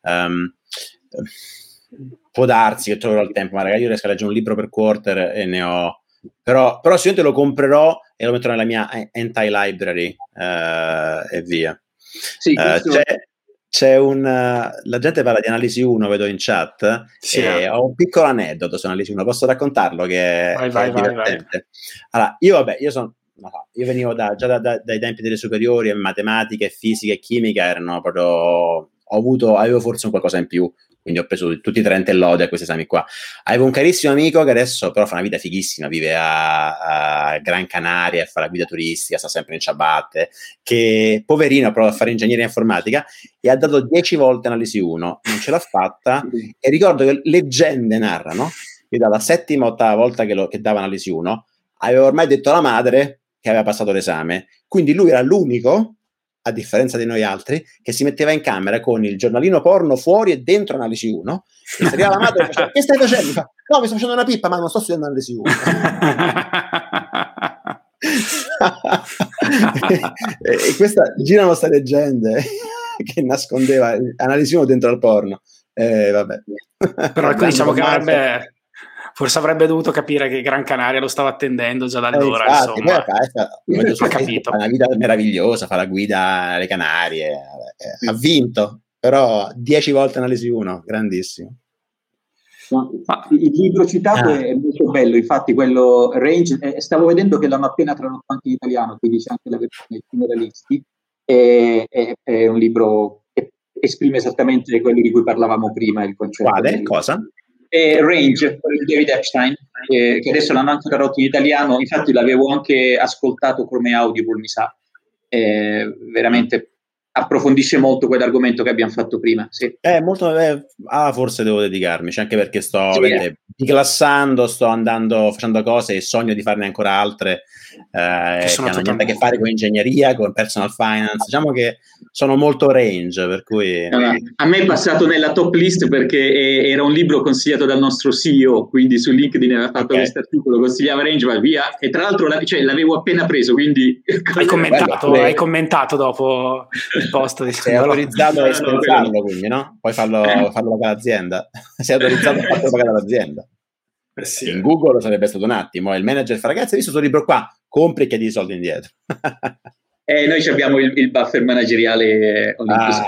Può darsi che troverò il tempo, magari io riesco a leggere un libro per quarter e ne ho... Però sicuramente lo comprerò e lo metterò nella mia anti-library e via. Sì, c'è la gente parla di Analisi 1, vedo in chat. Sì, ho un piccolo aneddoto su Analisi 1, posso raccontarlo che è divertente. Vai. Allora, io venivo già dai tempi delle superiori, e matematica e fisica e chimica erano proprio... avevo forse un qualcosa in più, quindi ho preso tutti i 30 lode a questi esami qua. Avevo un carissimo amico che adesso però fa una vita fighissima, vive a Gran Canaria e fa la guida turistica, sta sempre in ciabatte, che poverino ha provato a fare ingegneria informatica e ha dato 10 volte Analisi 1, non ce l'ha fatta, e ricordo che leggende narrano che dalla 7ª-8ª volta che dava Analisi 1 aveva ormai detto alla madre che aveva passato l'esame, quindi lui era l'unico, a differenza di noi altri, che si metteva in camera con il giornalino porno fuori e dentro Analisi 1, e se arriva la madre e faceva: che stai facendo? Fa: no, mi sto facendo una pippa, ma non sto studiando Analisi 1. E questa girano queste leggende che nascondeva Analisi 1 dentro al porno. Vabbè. Però ecco, diciamo che forse avrebbe dovuto capire che Gran Canaria lo stava attendendo già da allora, insomma. Ha capito. Fa una vita meravigliosa, fa la guida alle Canarie, ha vinto, però 10 volte Analisi 1, grandissimo. Il libro citato è molto bello, infatti quello Range, stavo vedendo che l'hanno appena tradotto anche in italiano, quindi c'è anche la versione generalisti, è un libro che esprime esattamente quello di cui parlavamo prima, il concetto. Quale? Cosa? Range, di David Epstein, che adesso l'hanno anche tradotto in italiano, infatti l'avevo anche ascoltato come audible, mi sa. Veramente approfondisce molto quell'argomento che abbiamo fatto prima. Sì. Forse devo dedicarmici, anche perché sto declassando, sto andando, facendo cose e sogno di farne ancora altre che hanno niente a che fare con ingegneria, con personal finance. Diciamo che sono molto range, per cui... A me è passato nella top list perché era un libro consigliato dal nostro CEO, quindi su LinkedIn aveva fatto questo articolo, consigliava Range, va via, e tra l'altro l'avevo appena preso, quindi... Hai commentato dopo il post di... Sei autorizzato a spensarlo, quindi, no? Poi farlo pagare l'azienda. Sei autorizzato a farlo pagare l'azienda. Sì. In Google sarebbe stato un attimo, il manager fa: ragazzi, hai visto questo libro qua? Compri e chiedi i soldi indietro. Noi abbiamo il buffer manageriale.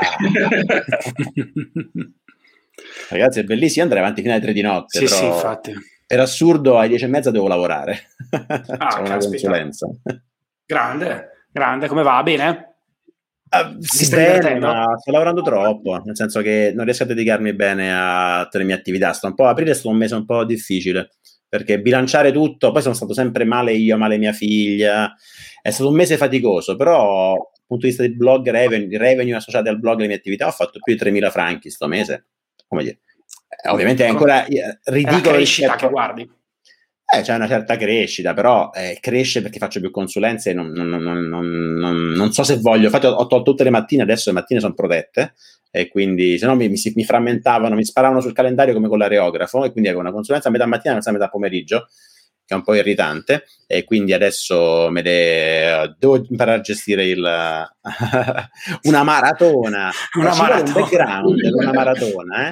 Ragazzi, è bellissimo, andrei avanti fino alle 3 di notte. Sì, però infatti. Per assurdo, alle 10:30 devo lavorare. C'è una consulenza. Grande, come va? Bene? Bene, ma sto lavorando troppo, nel senso che non riesco a dedicarmi bene a tutte le mie attività. Aprile è stato un mese un po' difficile, perché bilanciare tutto, poi sono stato sempre male io, male mia figlia, è stato un mese faticoso, però dal punto di vista di blog revenue associati al blog e alle mie attività ho fatto più di 3.000 franchi sto mese. Come dire, ovviamente è ancora ridicolo. È la crescita che guardi. C'è una certa crescita, però cresce perché faccio più consulenze e non so se voglio. Infatti ho tolto tutte le mattine, adesso le mattine sono protette, e quindi se no mi frammentavano, mi sparavano sul calendario come con l'areografo, e quindi avevo una consulenza a metà mattina e a metà pomeriggio, che è un po' irritante, e quindi adesso devo imparare a gestire una maratona. Un background, una maratona,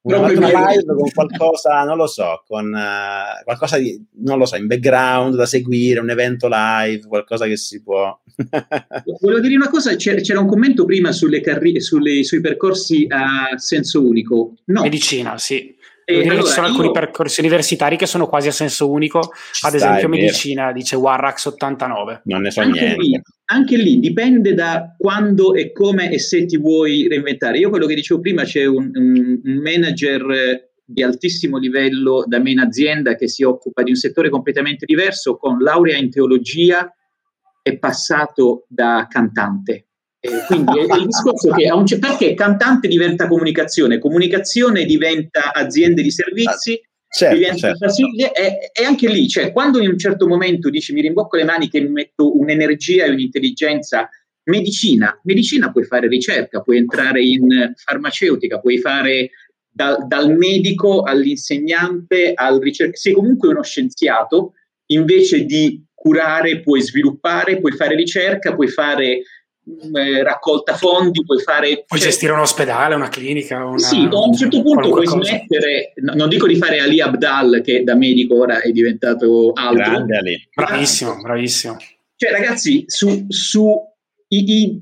una live con qualcosa, non lo so, con qualcosa di, non lo so, in background da seguire, un evento live, qualcosa che si può. Volevo dire una cosa, c'era un commento prima sui percorsi a senso unico. No. Medicina, sì. Allora, ci sono alcuni percorsi universitari che sono quasi a senso unico, ad esempio medicina, dice Warrax 89. Non ne so niente. Anche lì dipende da quando e come e se ti vuoi reinventare. Io quello che dicevo prima, c'è un manager di altissimo livello da me in azienda che si occupa di un settore completamente diverso, con laurea in teologia, è passato da cantante. Quindi è il discorso che perché cantante diventa comunicazione diventa aziende di servizi, diventa facile, e anche lì, cioè, quando in un certo momento dici mi rimbocco le mani che mi metto un'energia e un'intelligenza, medicina puoi fare ricerca, puoi entrare in farmaceutica, puoi fare dal medico all'insegnante al ricerca, sei comunque uno scienziato, invece di curare puoi sviluppare, puoi fare ricerca, puoi fare raccolta fondi, puoi gestire un ospedale, una clinica, sì, a un certo punto puoi smettere, non dico di fare Ali Abdal, che da medico ora è diventato altro. Grande Ali. Bravissimo. Cioè ragazzi, su i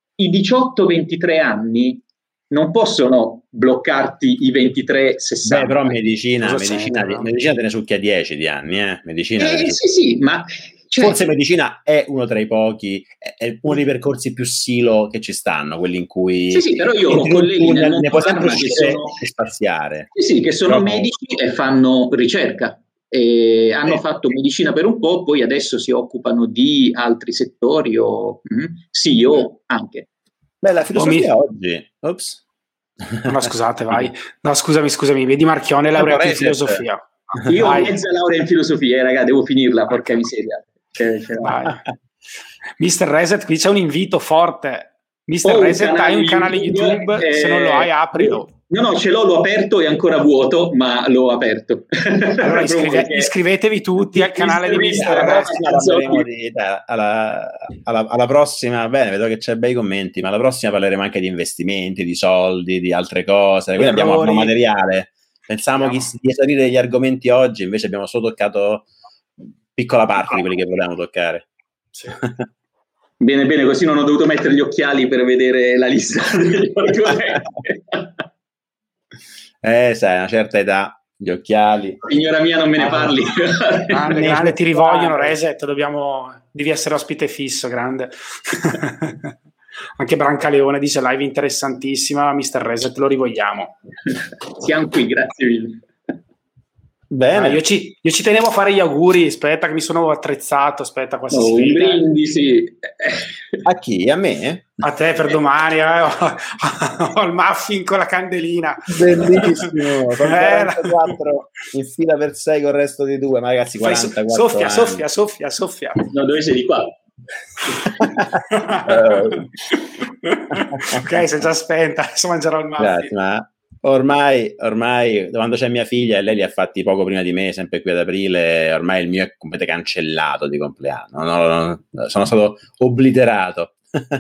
18-23 anni non possono bloccarti i 23-60. Però medicina te ne succhia 10 di anni, medicina sì, ma forse medicina è uno tra i pochi, è uno dei percorsi più silo che ci stanno, quelli in cui sì, però io ho colleghi ne puoi sempre uscire e spaziare. Sì, che sono medici e fanno ricerca. E hanno fatto medicina per un po', poi adesso si occupano di altri settori o CEO anche. Beh, la filosofia oggi. Ops. No, scusate, vai. No, scusami, vedi Marchione, laureato in filosofia. Io ho mezza laurea in filosofia, ragazzi, devo finirla, porca miseria. Mr. Reset, qui c'è un invito forte. Mr. Reset, hai un canale YouTube, se non lo hai, aprilo. No, ce l'ho aperto, è ancora vuoto, ma l'ho aperto. Allora iscrivetevi tutti al canale di Mr. Reset. Alla prossima, bene, vedo che c'è bei commenti, ma alla prossima parleremo anche di investimenti, di soldi, di altre cose. Quindi abbiamo materiale. Pensiamo di esaurire gli argomenti oggi, invece abbiamo solo toccato piccola parte di quelli che volevamo toccare. Sì. Bene, così non ho dovuto mettere gli occhiali per vedere la lista degli argomenti. Sai, a una certa età, gli occhiali. Signora mia, non me ne parli. Grande, ti rivogliono, Reset, devi essere ospite fisso, grande. Anche Brancaleone dice live interessantissima, Mr. Reset, lo rivogliamo. Siamo qui, grazie mille. Bene. Io ci tenevo a fare gli auguri, aspetta che mi sono attrezzato, aspetta qua si un brindisi. A chi? A me? A te per domani, ho il muffin con la candelina. Bellissimo, 44 in fila per 6 con il resto di 2, ma ragazzi 44 soffia. No, dove sei di qua? Ok, sei già spenta, adesso mangerò il muffin. Grazie, ma ormai quando c'è mia figlia e lei li ha fatti poco prima di me, sempre qui ad aprile, ormai il mio è completamente cancellato di compleanno, sono stato obliterato.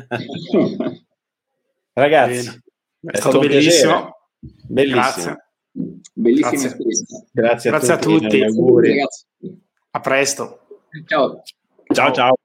Ragazzi, è stato bellissimo. Bellissimo. Bellissima. Grazie a tutti. Auguri. Ragazzi. A presto. Ciao. Ciao.